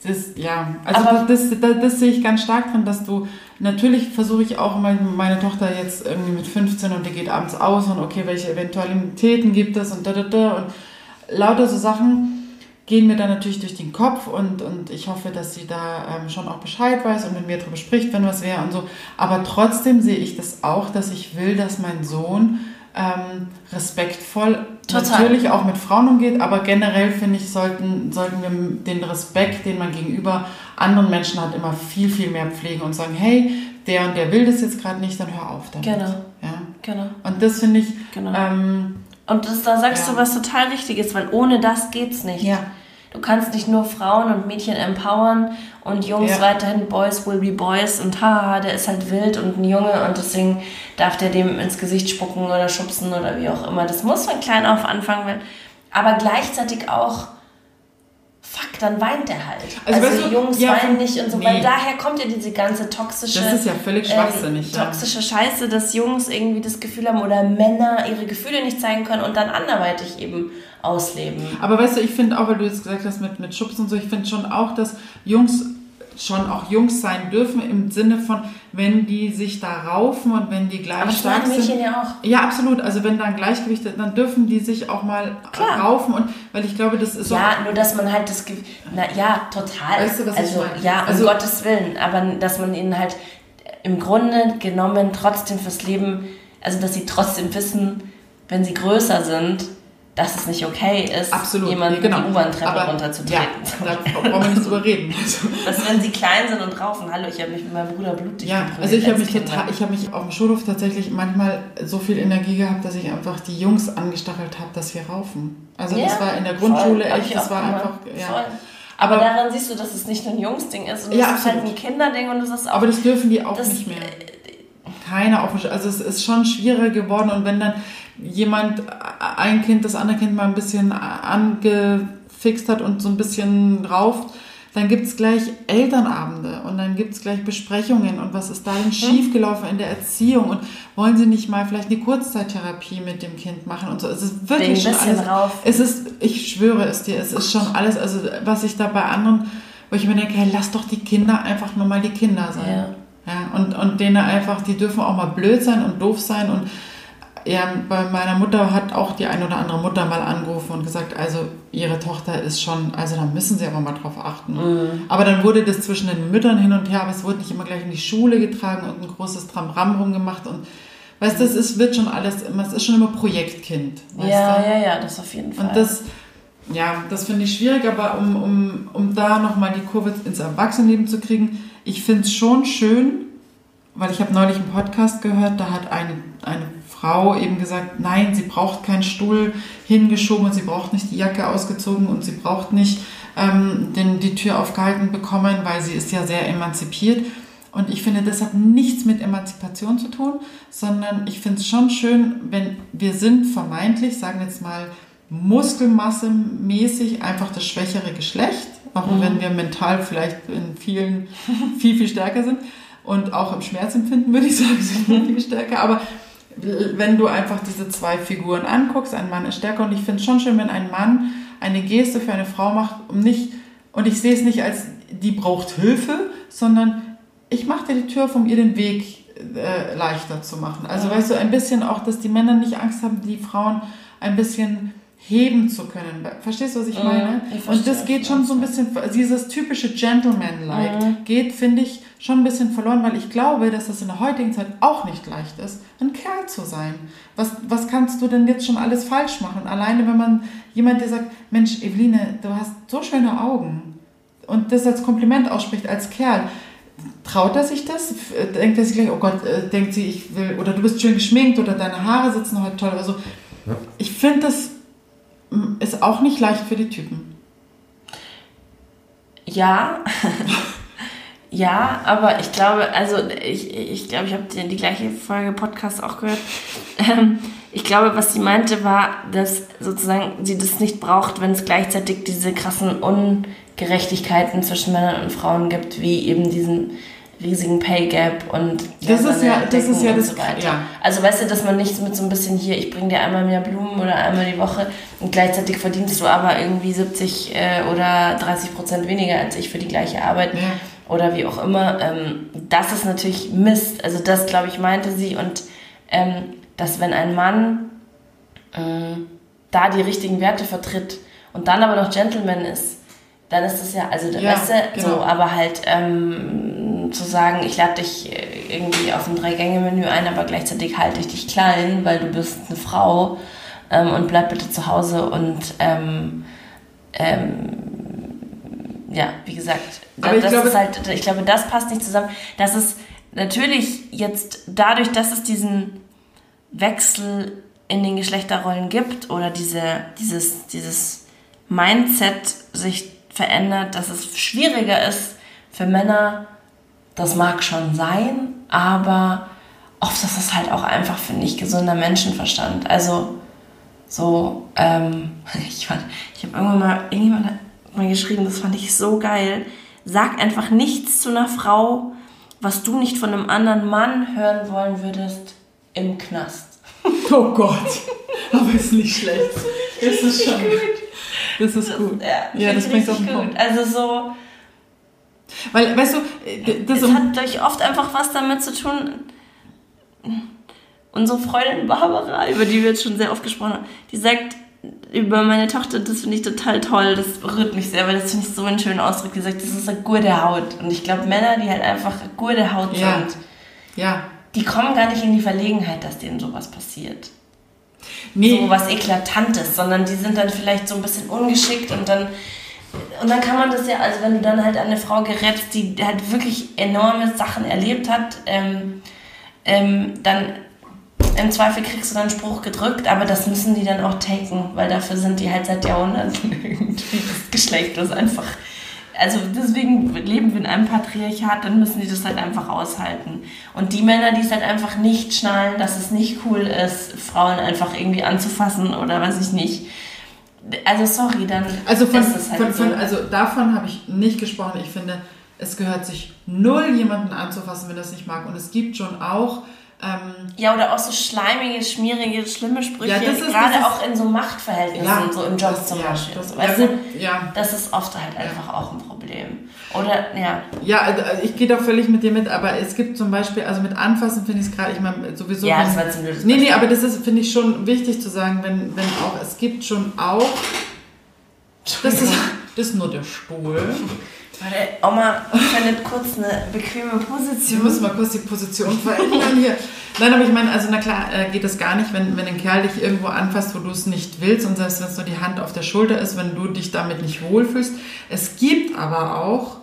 Das sehe ich ganz stark drin, dass du, natürlich versuche ich auch meine Tochter jetzt irgendwie mit 15 und die geht abends aus und okay, welche Eventualitäten gibt es und und lauter so Sachen gehen mir dann natürlich durch den Kopf und ich hoffe, dass sie da schon auch Bescheid weiß und mit mir darüber spricht, wenn was wäre und so. Aber trotzdem sehe ich das auch, dass ich will, dass mein Sohn respektvoll natürlich auch mit Frauen umgeht, aber generell finde ich, sollten wir den Respekt, den man gegenüber anderen Menschen hat, immer viel, viel mehr pflegen und sagen, hey, der und der will das jetzt gerade nicht, dann hör auf damit. Genau. Ja? Genau. Und das finde ich... Genau. Und da sagst du was total Wichtiges, weil ohne das geht's nicht. Ja. Du kannst nicht nur Frauen und Mädchen empowern und Jungs weiterhin Boys will be Boys und haha, der ist halt wild und ein Junge und deswegen darf der dem ins Gesicht spucken oder schubsen oder wie auch immer. Das muss von klein auf anfangen, aber gleichzeitig auch, fuck, dann weint er halt. Also weißt du, Jungs weinen nicht und so, weil daher kommt ja diese ganze toxische... Das ist ja völlig schwachsinnig. Toxische Scheiße, dass Jungs irgendwie das Gefühl haben oder Männer ihre Gefühle nicht zeigen können und dann anderweitig eben ausleben. Aber weißt du, ich finde auch, weil du jetzt gesagt hast mit Schubsen und so, ich finde schon auch, dass Jungs schon auch Jungs sein dürfen im Sinne von, wenn die sich da raufen und wenn die gleich stark sind. Mädchen ja auch. Ja, absolut. Also wenn da ein Gleichgewicht ist, dann dürfen die sich auch mal raufen und weil ich glaube, das ist so... Ja, nur dass man halt das... total. Weißt du, was ich meine? Ja, um Gottes Willen. Aber dass man ihnen halt im Grunde genommen trotzdem fürs Leben... Also dass sie trotzdem wissen, wenn sie größer sind, dass es nicht okay ist, jemanden die U-Bahn-Treppe runterzutreten. Ja, da brauchen wir nicht drüber reden. Dass wenn sie klein sind und raufen, hallo, ich habe mich mit meinem Bruder blutig geprügelt. Also ich habe mich auf dem Schulhof tatsächlich manchmal so viel Energie gehabt, dass ich einfach die Jungs angestachelt habe, dass wir raufen. Also das war in der Grundschule echt, das war einfach... Ja. Aber daran siehst du, dass es nicht nur ein Jungsding ist. Und das ist halt ein Kinderding und das ist auch... Aber das dürfen die auch nicht mehr. Keiner auf dem Schulhof. Also es ist schon schwieriger geworden und wenn dann ein Kind das andere Kind mal ein bisschen angefixt hat und so ein bisschen rauft, dann gibt es gleich Elternabende und dann gibt es gleich Besprechungen und was ist da denn schiefgelaufen in der Erziehung und wollen sie nicht mal vielleicht eine Kurzzeittherapie mit dem Kind machen und so. Es ist wirklich schon alles. Ich schwöre es dir, es ist schon alles, also was ich da bei anderen, wo ich mir denke, hey, lass doch die Kinder einfach nur mal die Kinder sein. Ja, und denen einfach, die dürfen auch mal blöd sein und doof sein und bei meiner Mutter hat auch die eine oder andere Mutter mal angerufen und gesagt, also ihre Tochter ist schon, also da müssen sie aber mal drauf achten. Aber dann wurde das zwischen den Müttern hin und her, aber es wurde nicht immer gleich in die Schule getragen und ein großes Tramram rumgemacht und weißt du, es ist schon immer Projektkind. Ja, das auf jeden Fall. Und das Ja, das finde ich schwierig, aber um da nochmal die Kurve ins Erwachsenenleben zu kriegen, ich finde es schon schön, weil ich habe neulich einen Podcast gehört, da hat eine Frau eben gesagt, nein, sie braucht keinen Stuhl hingeschoben und sie braucht nicht die Jacke ausgezogen und sie braucht nicht die Tür aufgehalten bekommen, weil sie ist ja sehr emanzipiert. Und ich finde, das hat nichts mit Emanzipation zu tun, sondern ich finde es schon schön, wenn wir sind vermeintlich, sagen wir jetzt mal, muskelmassemäßig einfach das schwächere Geschlecht, auch wenn wir mental vielleicht in vielen viel stärker sind und auch im Schmerzempfinden, würde ich sagen, sind wir viel stärker, aber wenn du einfach diese zwei Figuren anguckst, ein Mann ist stärker und ich finde es schon schön, wenn ein Mann eine Geste für eine Frau macht, und ich sehe es nicht als, die braucht Hilfe, sondern ich mache dir die Tür auf, um ihr den Weg leichter zu machen. Also weißt du, ein bisschen auch, dass die Männer nicht Angst haben, die Frauen ein bisschen heben zu können. Verstehst du, was ich meine? Und das geht schon so ein bisschen, dieses typische Gentleman-like geht, finde ich, schon ein bisschen verloren, weil ich glaube, dass das in der heutigen Zeit auch nicht leicht ist, ein Kerl zu sein. Was kannst du denn jetzt schon alles falsch machen? Und alleine, wenn man jemand, der sagt, Mensch, Eveline, du hast so schöne Augen und das als Kompliment ausspricht, als Kerl, traut er sich das? Denkt er sich gleich, oh Gott, denkt sie, ich will, oder du bist schön geschminkt oder deine Haare sitzen heute toll. Also ich finde, das ist auch nicht leicht für die Typen. Ja, ja, aber ich glaube, also ich glaube, ich habe die gleiche Folge Podcast auch gehört. Ich glaube, was sie meinte, war, dass sozusagen sie das nicht braucht, wenn es gleichzeitig diese krassen Ungerechtigkeiten zwischen Männern und Frauen gibt, wie eben diesen riesigen Pay Gap und das ist ja das so weiter. Ja. Also weißt du, dass man nicht mit so ein bisschen hier, ich bringe dir einmal mehr Blumen oder einmal die Woche und gleichzeitig verdienst du aber irgendwie 70 oder 30% weniger als ich für die gleiche Arbeit oder wie auch immer. Das ist natürlich Mist. Also das, glaube ich, meinte sie. Und dass wenn ein Mann da die richtigen Werte vertritt und dann aber noch Gentleman ist, dann ist das ja, also weißt du, genau. So, aber halt zu sagen, ich lade dich irgendwie auf ein 3-Gänge-Menü ein, aber gleichzeitig halte ich dich klein, weil du bist eine Frau und bleib bitte zu Hause und ja, wie gesagt, ich glaube, das passt nicht zusammen. Das ist natürlich jetzt dadurch, dass es diesen Wechsel in den Geschlechterrollen gibt oder dieses Mindset sich verändert, dass es schwieriger ist für Männer. Das mag schon sein, aber oft ist es halt auch einfach, finde ich, gesunder Menschenverstand. Also so, ich habe irgendjemand hat mal geschrieben, das fand ich so geil. Sag einfach nichts zu einer Frau, was du nicht von einem anderen Mann hören wollen würdest im Knast. Oh Gott, aber ist nicht schlecht. Das ist schon gut. Das ist gut. Ja, das bringt auf den Punkt. Also so. Weil, weißt du, das hat gleich oft einfach was damit zu tun. Unsere Freundin Barbara, über die wir jetzt schon sehr oft gesprochen haben, die sagt über meine Tochter, das finde ich total toll, das berührt mich sehr, weil das finde ich so einen schönen Ausdruck, die sagt, das ist eine gute Haut. Und ich glaube, Männer, die halt einfach eine gute Haut sind, die kommen gar nicht in die Verlegenheit, dass denen sowas passiert. Nee. So was Eklatantes, sondern die sind dann vielleicht so ein bisschen ungeschickt und dann kann man das ja, also wenn du dann halt an eine Frau gerätst, die halt wirklich enorme Sachen erlebt hat, dann im Zweifel kriegst du dann einen Spruch gedrückt, aber das müssen die dann auch taken, weil dafür sind die halt seit Jahrhunderten irgendwie das Geschlecht, das einfach, also deswegen leben wir in einem Patriarchat, dann müssen die das halt einfach aushalten. Und die Männer, die es halt einfach nicht schnallen, dass es nicht cool ist, Frauen einfach irgendwie anzufassen oder weiß ich nicht. Also sorry, dann also ist es halt so. Also davon habe ich nicht gesprochen. Ich finde, es gehört sich null, jemanden anzufassen, wenn er das nicht mag. Und es gibt schon auch ja, oder auch so schleimige, schmierige, schlimme Sprüche, gerade auch in so Machtverhältnissen, so im Job zum Beispiel. Das ist oft halt einfach auch ein Problem. Oder, Ja, also ich gehe da völlig mit dir mit, aber es gibt zum Beispiel, also mit Anfassen finde ich es gerade, ich meine, sowieso... Ja, das war jetzt ein blödes Nee, aber das ist, finde ich, schon wichtig zu sagen, wenn es gibt schon auch... Das ist nur der Stuhl. Warte, Oma findet kurz eine bequeme Position. Wir müssen mal kurz die Position verändern hier. Nein, aber ich meine, also na klar geht das gar nicht, wenn ein Kerl dich irgendwo anfasst, wo du es nicht willst und selbst wenn es nur die Hand auf der Schulter ist, wenn du dich damit nicht wohlfühlst. Es gibt aber auch,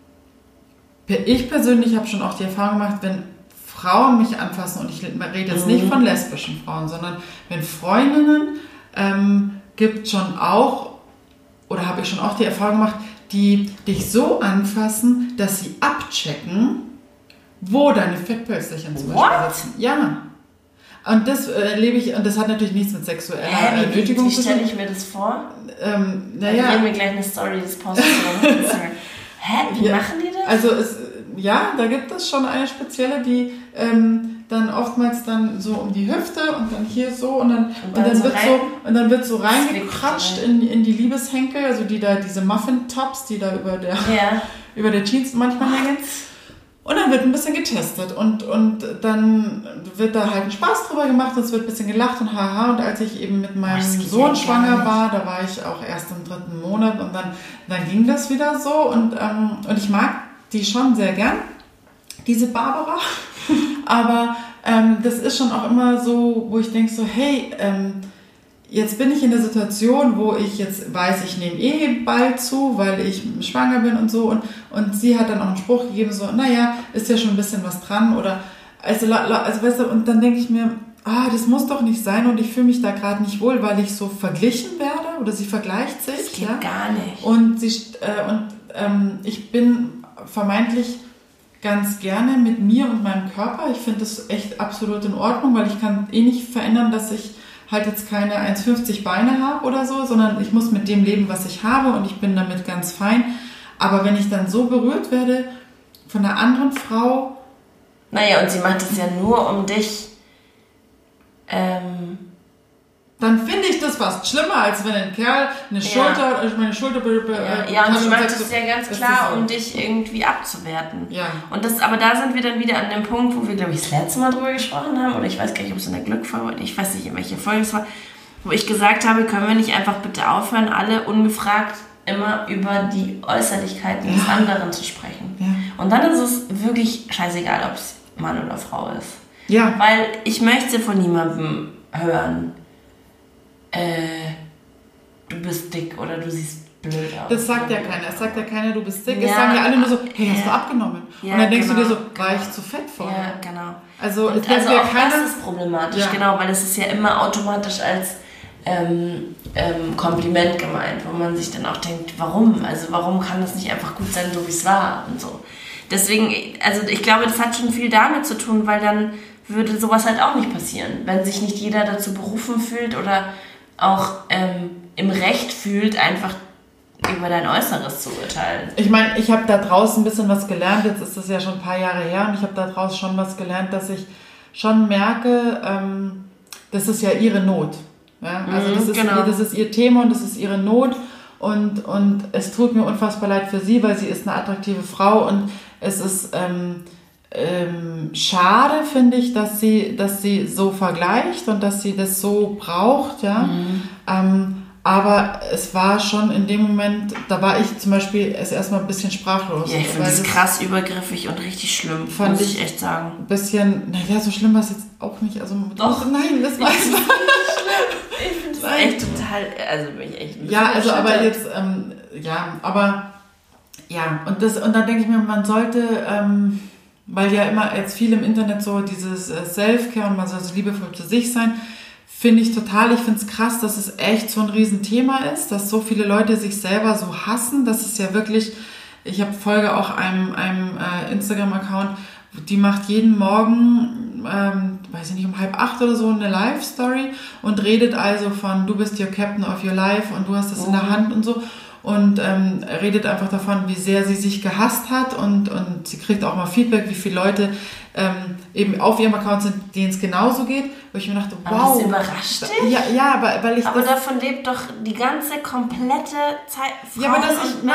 ich persönlich habe schon auch die Erfahrung gemacht, wenn Frauen mich anfassen, und ich rede jetzt nicht von lesbischen Frauen, sondern wenn Freundinnen, gibt schon auch, oder habe ich schon auch die Erfahrung gemacht, die dich so anfassen, dass sie abchecken, wo deine Fettpölsterchen zum Beispiel sitzen. Ja. Und das erlebe ich, und das hat natürlich nichts mit sexueller Nötigung zu tun. Wie stelle ich mir das vor? Naja. Reden wir gleich eine Story des Posts. Wie machen die das? Also da gibt es schon eine spezielle, die dann oftmals dann so um die Hüfte und dann hier so und dann wird so reingekratscht in die Liebeshenkel, also diese Muffin-Tops, die da über der Jeans manchmal hängen. Und dann wird ein bisschen getestet und dann wird da halt ein Spaß drüber gemacht, es wird ein bisschen gelacht und haha. Und als ich eben mit meinem Sohn schwanger war, da war ich auch erst im 3. Monat und dann ging das wieder so und ich mag die schon sehr gern, diese Barbara. Aber das ist schon auch immer so, wo ich denke so, hey, jetzt bin ich in der Situation, wo ich jetzt weiß, ich nehme bald zu, weil ich schwanger bin und so. Und sie hat dann auch einen Spruch gegeben, so, naja, ist ja schon ein bisschen was dran. Oder, also weißt du, und dann denke ich mir, das muss doch nicht sein und ich fühle mich da gerade nicht wohl, weil ich so verglichen werde oder sie vergleicht sich. Das geht gar nicht. Und ich bin vermeintlich ganz gerne mit mir und meinem Körper. Ich finde das echt absolut in Ordnung, weil ich kann nicht verändern, dass ich halt jetzt keine 1,50 Beine habe oder so, sondern ich muss mit dem leben, was ich habe und ich bin damit ganz fein. Aber wenn ich dann so berührt werde von einer anderen Frau... Naja, und sie macht es ja nur um dich... Dann finde ich das fast schlimmer, als wenn ein Kerl meine Schulter... und sie macht es ja ganz klar, um dich irgendwie abzuwerten. Ja. Aber da sind wir dann wieder an dem Punkt, wo wir, glaube ich, das letzte Mal drüber gesprochen haben, oder ich weiß gar nicht, ob es in der Glückfolge, ich weiß nicht, in welcher Folge es war, wo ich gesagt habe, können wir nicht einfach bitte aufhören, alle ungefragt immer über die Äußerlichkeiten des anderen zu sprechen. Ja. Und dann ist es wirklich scheißegal, ob es Mann oder Frau ist. Ja. Weil ich möchte von niemandem hören, du bist dick oder du siehst blöd aus. Das sagt ja keiner. Es sagt ja keiner, du bist dick. Es sagen ja alle nur so, hey, hast du abgenommen? Ja, und dann denkst du dir so, war ich zu fett vorher? Ja, genau. Also auch das ist problematisch, genau, weil es ist ja immer automatisch als Kompliment gemeint, wo man sich dann auch denkt, warum? Also warum kann das nicht einfach gut sein, so wie es war und so. Deswegen, also ich glaube, das hat schon viel damit zu tun, weil dann würde sowas halt auch nicht passieren, wenn sich nicht jeder dazu berufen fühlt oder auch im Recht fühlt, einfach über dein Äußeres zu urteilen. Ich meine, ich habe da draußen ein bisschen was gelernt, jetzt ist das ja schon ein paar Jahre her und ich habe da draußen schon was gelernt, dass ich schon merke, das ist ja ihre Not. Ja? Also das ist ihr Thema und das ist ihre Not und es tut mir unfassbar leid für sie, weil sie ist eine attraktive Frau und es ist schade, finde ich, dass sie so vergleicht und dass sie das so braucht, ja. Aber es war schon in dem Moment, da war ich zum Beispiel erstmal ein bisschen sprachlos. Ja, ich finde das krass übergriffig und richtig schlimm, fand muss ich echt sagen. Ein bisschen, naja, so schlimm war es jetzt auch nicht. Also, doch. Nein, das war es nicht. Ich finde das echt total, also bin ich echt ein bisschen ja, also aber jetzt, und dann denke ich mir, man sollte, weil ja immer jetzt viel im Internet so dieses Self-Care und man soll so liebevoll zu sich sein, finde ich es krass, dass es echt so ein Riesenthema ist, dass so viele Leute sich selber so hassen, dass es ja wirklich, ich folge auch einem Instagram-Account, die macht jeden Morgen, weiß ich nicht, um 7:30 oder so eine Live-Story und redet also von, du bist your Captain of your life und du hast das in der Hand und so. Und redet einfach davon, wie sehr sie sich gehasst hat und sie kriegt auch mal Feedback, wie viele Leute eben auf ihrem Account sind, denen es genauso geht, wo ich mir dachte, wow. Aber das überrascht dich? Ja, weil ich aber davon lebt doch die ganze komplette Zeit. Ja, aber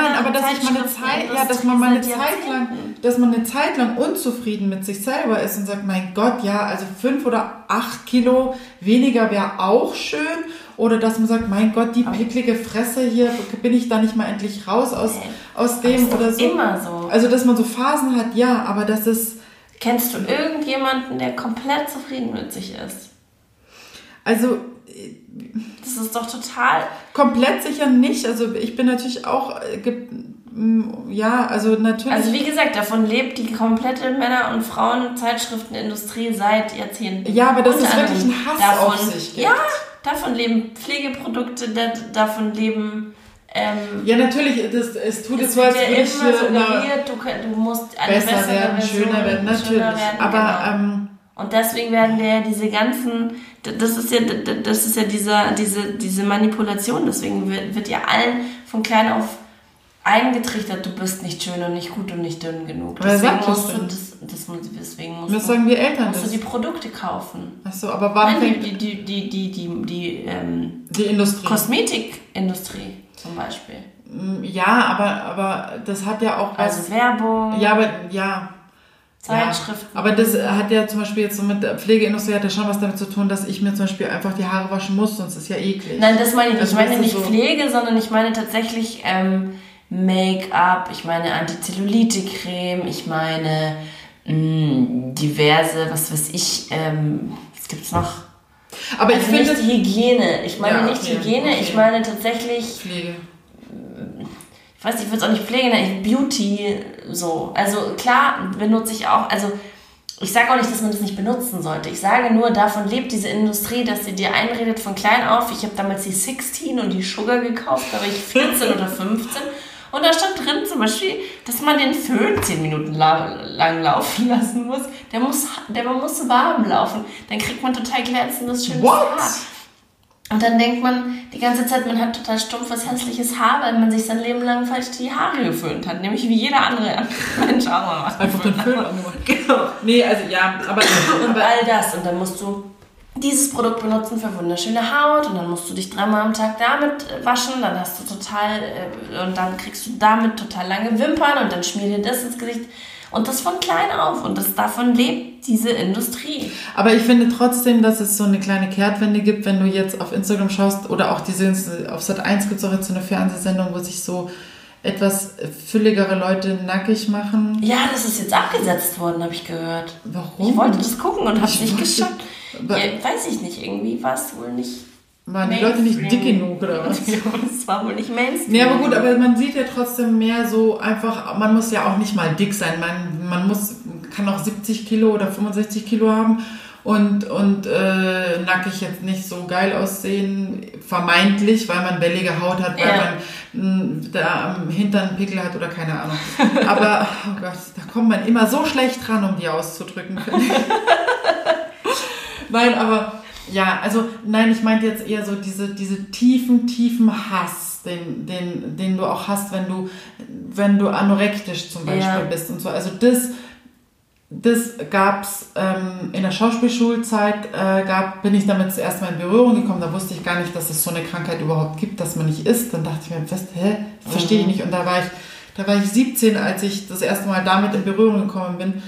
dass man eine Zeit lang unzufrieden mit sich selber ist und sagt, mein Gott, ja, also 5 oder 8 Kilo weniger wäre auch schön. Oder dass man sagt, mein Gott, die picklige Fresse hier, bin ich da nicht mal endlich raus aus dem oder so. Immer so. Also, dass man so Phasen hat, ja, aber das ist... Kennst du irgendjemanden, der komplett zufrieden mit sich ist? Also... Das ist doch total... Komplett sicher nicht. Also ich bin natürlich auch... Ja, also natürlich... Also wie gesagt, davon lebt die komplette Männer- und Frauenzeitschriftenindustrie seit Jahrzehnten. Ja, aber das ist wirklich ein Hass auf sich gibt. Ja, davon leben Pflegeprodukte, davon leben... ja, natürlich, es tut es so, als würde ich immer suggeriert, du musst eine besser werden, schöner werden, natürlich. Aber... Genau. Und deswegen werden ja diese ganzen, das ist ja diese Manipulation, deswegen wird ja allen von klein auf eingetrichtert, du bist nicht schön und nicht gut und nicht dünn genug. Deswegen musst du die Produkte kaufen. Ach so, aber wann fängt die Industrie. Kosmetikindustrie zum Beispiel. Ja, aber das hat ja auch was... Also Werbung. Ja, aber ja... Zeitschriften. Ja, aber das hat ja zum Beispiel jetzt so mit der Pflegeindustrie hat ja schon was damit zu tun, dass ich mir zum Beispiel einfach die Haare waschen muss, sonst ist ja eklig. Nein, das meine ich nicht. Also ich meine nicht so Pflege, sondern ich meine tatsächlich Make-up, ich meine Antizellulite-Creme, ich meine diverse, was weiß ich, was gibt's noch? Aber also ich finde nicht Hygiene. Ich meine nicht Hygiene, okay. Ich meine tatsächlich Pflege. Ich weiß nicht, ich würde es auch nicht Pflege nennen, Beauty, so. Also klar benutze ich auch, also ich sage auch nicht, dass man das nicht benutzen sollte. Ich sage nur, davon lebt diese Industrie, dass sie dir einredet von klein auf. Ich habe damals die 16 und die Sugar gekauft, da war ich 14 oder 15. Und da stand drin zum Beispiel, dass man den Föhn 10 Minuten lang laufen lassen muss. Der muss warm laufen. Dann kriegt man total glänzendes, schönes Haar. Und dann denkt man die ganze Zeit, man hat total stumpfes, hässliches Haar, weil man sich sein Leben lang falsch die Haare geföhnt hat. Nämlich wie jeder andere Mensch auch mal was. Einfach den Föhn angemacht. Genau. Nee, also ja, aber... Und all das. Und dann musst du dieses Produkt benutzen für wunderschöne Haut. Und dann musst du dich 3-mal am Tag damit waschen. Dann hast du und dann kriegst du damit total lange Wimpern. Und dann schmier dir das ins Gesicht. Und das von klein auf. Und davon lebt diese Industrie. Aber ich finde trotzdem, dass es so eine kleine Kehrtwende gibt, wenn du jetzt auf Instagram schaust oder auch auf Sat.1 gibt es auch jetzt so eine Fernsehsendung, wo sich so etwas fülligere Leute nackig machen. Ja, das ist jetzt abgesetzt worden, habe ich gehört. Warum? Ich wollte das gucken und habe es nicht geschafft. Ja, weiß ich nicht, irgendwie war es wohl nicht... Waren die Leute nicht dick genug oder was? Das war wohl nicht Mainstream. Ja, aber gut, aber man sieht ja trotzdem mehr so einfach, man muss ja auch nicht mal dick sein. Man kann auch 70 Kilo oder 65 Kilo haben und nackig jetzt nicht so geil aussehen, vermeintlich, weil man wellige Haut hat, weil man da am Hintern Pickel hat oder keine Ahnung. Aber, oh Gott, da kommt man immer so schlecht dran, um die auszudrücken, finde ich. Nein, aber... Ja, also nein, ich meinte jetzt eher so diese tiefen Hass, den du auch hast, wenn du anorektisch zum Beispiel bist und so. Also das gab's in der Schauspielschulzeit, bin ich damit das erste Mal in Berührung gekommen. Da wusste ich gar nicht, dass es so eine Krankheit überhaupt gibt, dass man nicht isst. Dann dachte ich mir, verstehe ich nicht. Und da war ich 17, als ich das erste Mal damit in Berührung gekommen bin.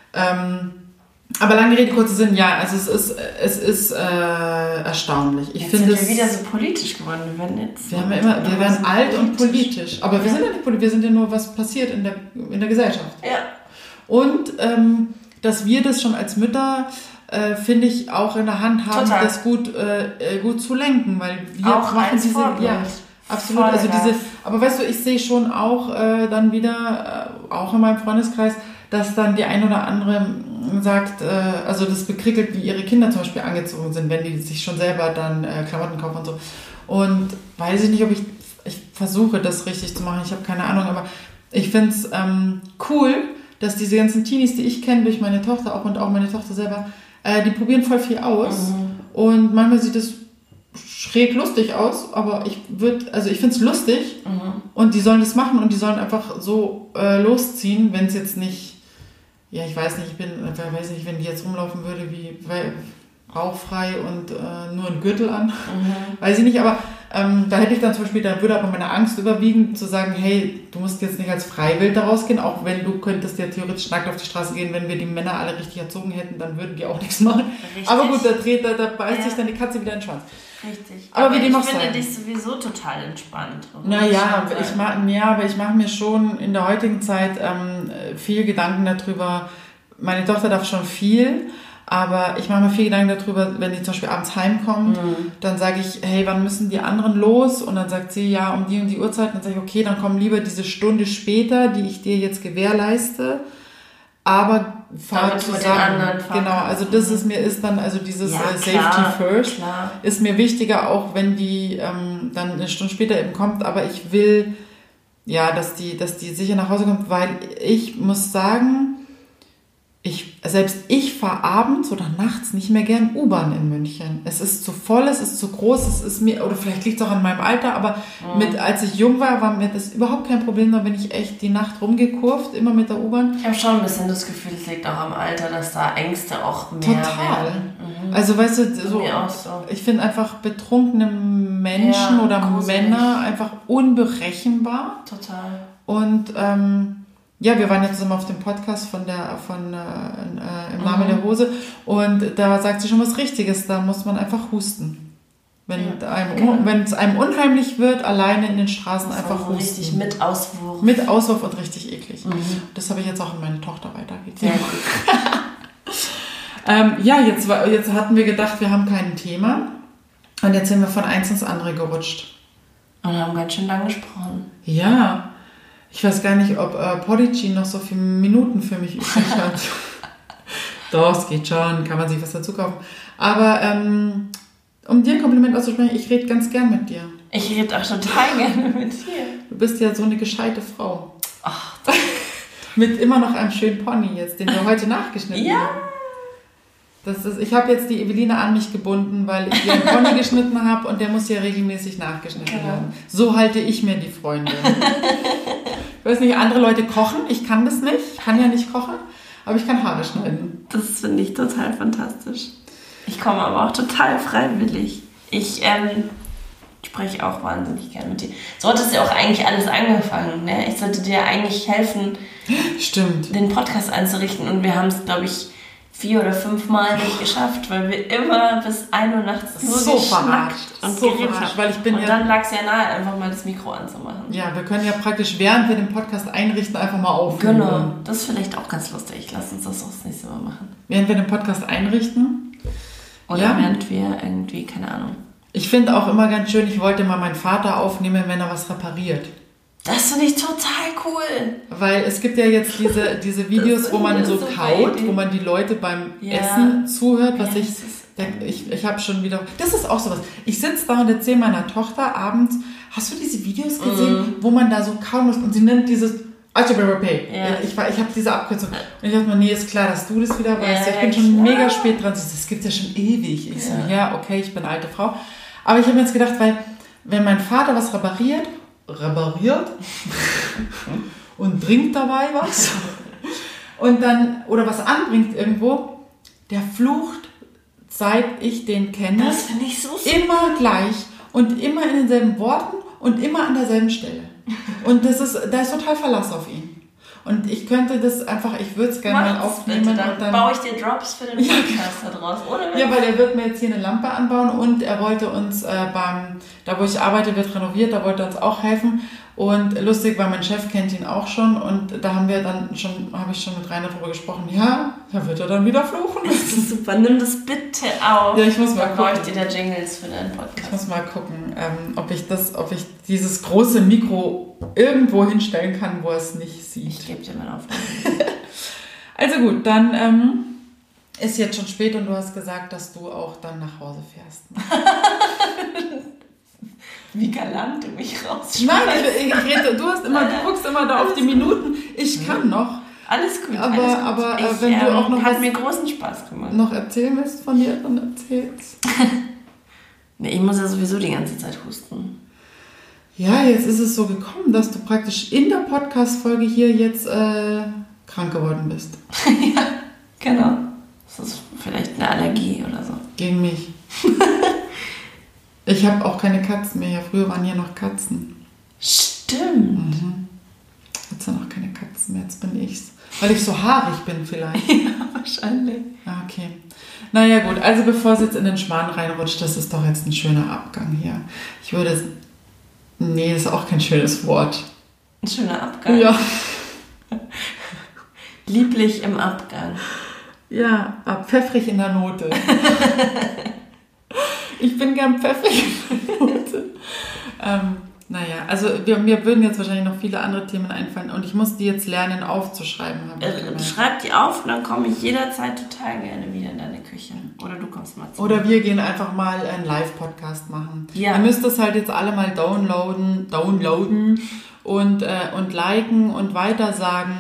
Aber lange Rede, kurzer Sinn, ja, also es ist erstaunlich. Jetzt sind wir wieder so politisch geworden. Wir werden alt und politisch. Aber wir sind ja nicht politisch, wir sind ja nur, was passiert in der Gesellschaft. Ja. Und dass wir das schon als Mütter, finde ich, auch in der Hand haben, total. Das gut zu lenken, weil wir auch machen als diese... Vorbild. Ja, absolut. Also aber weißt du, ich sehe schon auch dann wieder, auch in meinem Freundeskreis, dass dann die ein oder andere sagt, also das bekrickelt, wie ihre Kinder zum Beispiel angezogen sind, wenn die sich schon selber dann Klamotten kaufen und so. Und weiß ich nicht, ob ich versuche, das richtig zu machen, ich habe keine Ahnung, aber ich finde es cool, dass diese ganzen Teenies, die ich kenne, durch meine Tochter auch und auch meine Tochter selber, die probieren voll viel aus. Und manchmal sieht es schräg lustig aus, aber ich finde es lustig und die sollen das machen und die sollen einfach so losziehen, wenn es jetzt nicht, ja, ich weiß nicht, wenn die jetzt rumlaufen würde wie rauchfrei und nur einen Gürtel an, weiß ich nicht, aber Da hätte ich dann zum Beispiel, da würde aber meine Angst überwiegen, zu sagen, hey, du musst jetzt nicht als freiwillig da rausgehen, auch wenn du könntest ja theoretisch nackt auf die Straße gehen, wenn wir die Männer alle richtig erzogen hätten, dann würden die auch nichts machen. Richtig. Aber gut, da beißt sich dann die Katze wieder in den Schwanz. Richtig. Aber wie dem auch sei. Ich finde dich sowieso total entspannt. Naja, aber ich mache mir schon in der heutigen Zeit viel Gedanken darüber. Meine Tochter darf schon viel, aber ich mache mir viel Gedanken darüber, wenn die zum Beispiel abends heimkommt, dann sage ich, hey, wann müssen die anderen los? Und dann sagt sie, ja, um die und die Uhrzeit. Dann sage ich, okay, dann komm lieber diese Stunde später, die ich dir jetzt gewährleiste. Aber fahr zusammen. Genau, also das ist dann dieses Safety First ist mir wichtiger, auch wenn die dann eine Stunde später eben kommt. Aber ich will, dass die sicher nach Hause kommt, weil ich muss sagen, selbst ich fahre abends oder nachts nicht mehr gern U-Bahn in München. Es ist zu voll, es ist zu groß, es ist mir, oder vielleicht liegt es auch an meinem Alter, aber als ich jung war mir das überhaupt kein Problem, da bin ich echt die Nacht rumgekurvt, immer mit der U-Bahn. Ich habe schon ein bisschen das Gefühl, es liegt auch am Alter, dass da Ängste auch mehr werden. Also weißt du, so. Ich finde einfach betrunkene Menschen oder gruselig. Männer einfach unberechenbar. Total. Und wir waren ja zusammen auf dem Podcast im Namen der Hose und da sagt sie schon was Richtiges, da muss man einfach husten. Wenn es einem unheimlich wird, alleine in den Straßen einfach husten. Richtig mit Auswurf. Mit Auswurf und richtig eklig. Das habe ich jetzt auch an meine Tochter weitergegeben. Jetzt hatten wir gedacht, wir haben kein Thema und jetzt sind wir von eins ins andere gerutscht. Und haben ganz schön lang gesprochen. Ja. Ich weiß gar nicht, ob Podigy noch so viele Minuten für mich übrig hat. Doch, es geht schon, kann man sich was dazu kaufen. Aber um dir ein Kompliment auszusprechen, ich rede ganz gern mit dir. Ich rede auch total gerne mit dir. Du bist ja so eine gescheite Frau. Ach, mit immer noch einem schönen Pony jetzt, den wir heute nachgeschnitten haben. Ich habe jetzt die Evelina an mich gebunden, weil ich ihren Pony geschnitten habe und der muss ja regelmäßig nachgeschnitten werden. So halte ich mir die Freunde. Ich weiß nicht, andere Leute kochen, ich kann das nicht, ich kann ja nicht kochen, aber ich kann Haare schneiden. Das finde ich total fantastisch. Ich komme aber auch total freiwillig. Ich spreche auch wahnsinnig gerne mit dir. So hat es ja auch eigentlich alles angefangen. Ne? Ich sollte dir eigentlich helfen, den Podcast einzurichten und wir haben es, glaube ich, 4 oder 5 Mal nicht geschafft, weil wir immer bis 1 Uhr nachts nur geschnackt und geredet haben. Und dann lag es ja nahe, einfach mal das Mikro anzumachen. Ja, wir können ja praktisch, während wir den Podcast einrichten, einfach mal aufnehmen. Genau, das ist vielleicht auch ganz lustig. Lass uns das auch das nächste Mal machen. Während wir den Podcast einrichten? Oder während wir irgendwie, keine Ahnung. Ich finde auch immer ganz schön, ich wollte mal meinen Vater aufnehmen, wenn er was repariert. Das finde ich total cool. Weil es gibt ja jetzt diese Videos, wo man so kaut, wo man die Leute beim Essen zuhört, was ich habe schon wieder... Das ist auch sowas. Ich sitze da und erzähle meiner Tochter abends, hast du diese Videos gesehen, wo man da so kauen muss und sie nennt dieses... Ich habe diese Abkürzung. Und ich dachte mir, nee, ist klar, dass du das wieder weißt. Ich bin schon mega spät dran. Das gibt es ja schon ewig. Ich so, okay, ich bin eine alte Frau. Aber ich habe mir jetzt gedacht, weil wenn mein Vater was repariert und bringt dabei was und dann, oder was anbringt irgendwo, der flucht, seit ich den kenne, das finde ich so super. Immer gleich und immer in denselben Worten und immer an derselben Stelle. Und da ist total Verlass auf ihn. Und ich könnte das einfach, ich würde es gerne mal aufnehmen. Bitte, dann baue ich dir Drops für den Podcast da draus. Ja, weil er wird mir jetzt hier eine Lampe anbauen und er wollte uns da wo ich arbeite, wird renoviert, da wollte er uns auch helfen. Und lustig, weil mein Chef kennt ihn auch schon und da habe ich schon mit Rainer drüber gesprochen, da wird er dann wieder fluchen. Das ist super, nimm das bitte auf. Ja, ich muss mal gucken. Dann baue ich dir da Jingles für deinen Podcast. Ich muss mal gucken, ob ich dieses große Mikro irgendwo hinstellen kann, wo er es nicht sieht. Ich gebe dir mal Aufnahme. Also gut, dann ist jetzt schon spät und du hast gesagt, dass du auch dann nach Hause fährst. Wie galant du mich rausschmeißt. Nein, du guckst immer da auf die Minuten. Ich kann noch. Alles gut. Aber wenn du auch noch hat mir großen Spaß gemacht. Noch erzählen willst von dir, dann erzähl's. Nee, ich muss ja sowieso die ganze Zeit husten. Ja, jetzt ist es so gekommen, dass du praktisch in der Podcast-Folge hier jetzt krank geworden bist. Ja, genau. Das ist vielleicht eine Allergie oder so. Gegen mich. Ich habe auch keine Katzen mehr. Ja, früher waren hier noch Katzen. Stimmt. Jetzt sind noch keine Katzen mehr, jetzt bin ich's. Weil ich so haarig bin vielleicht. Ja, wahrscheinlich. Okay. Naja gut, also bevor es jetzt in den Schmarrn reinrutscht, das ist doch jetzt ein schöner Abgang hier. Ich würde... Nee, das ist auch kein schönes Wort. Ein schöner Abgang? Ja. Lieblich im Abgang. Ja, pfeffrig in der Note. Ich bin gern pfeffrig in der Note. Naja, also mir würden jetzt wahrscheinlich noch viele andere Themen einfallen und ich muss die jetzt lernen aufzuschreiben. Schreib die auf und dann komme ich jederzeit total gerne wieder in deine Küche. Oder du kommst mal zu. Oder wir gehen einfach mal einen Live-Podcast machen. Ja. Ihr müsst das halt jetzt alle mal downloaden und liken und weitersagen.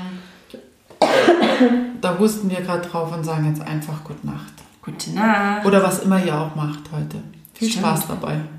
Da husten wir gerade drauf und sagen jetzt einfach Gute Nacht. Gute Nacht. Oder was immer ihr auch macht heute. Viel Spaß dabei.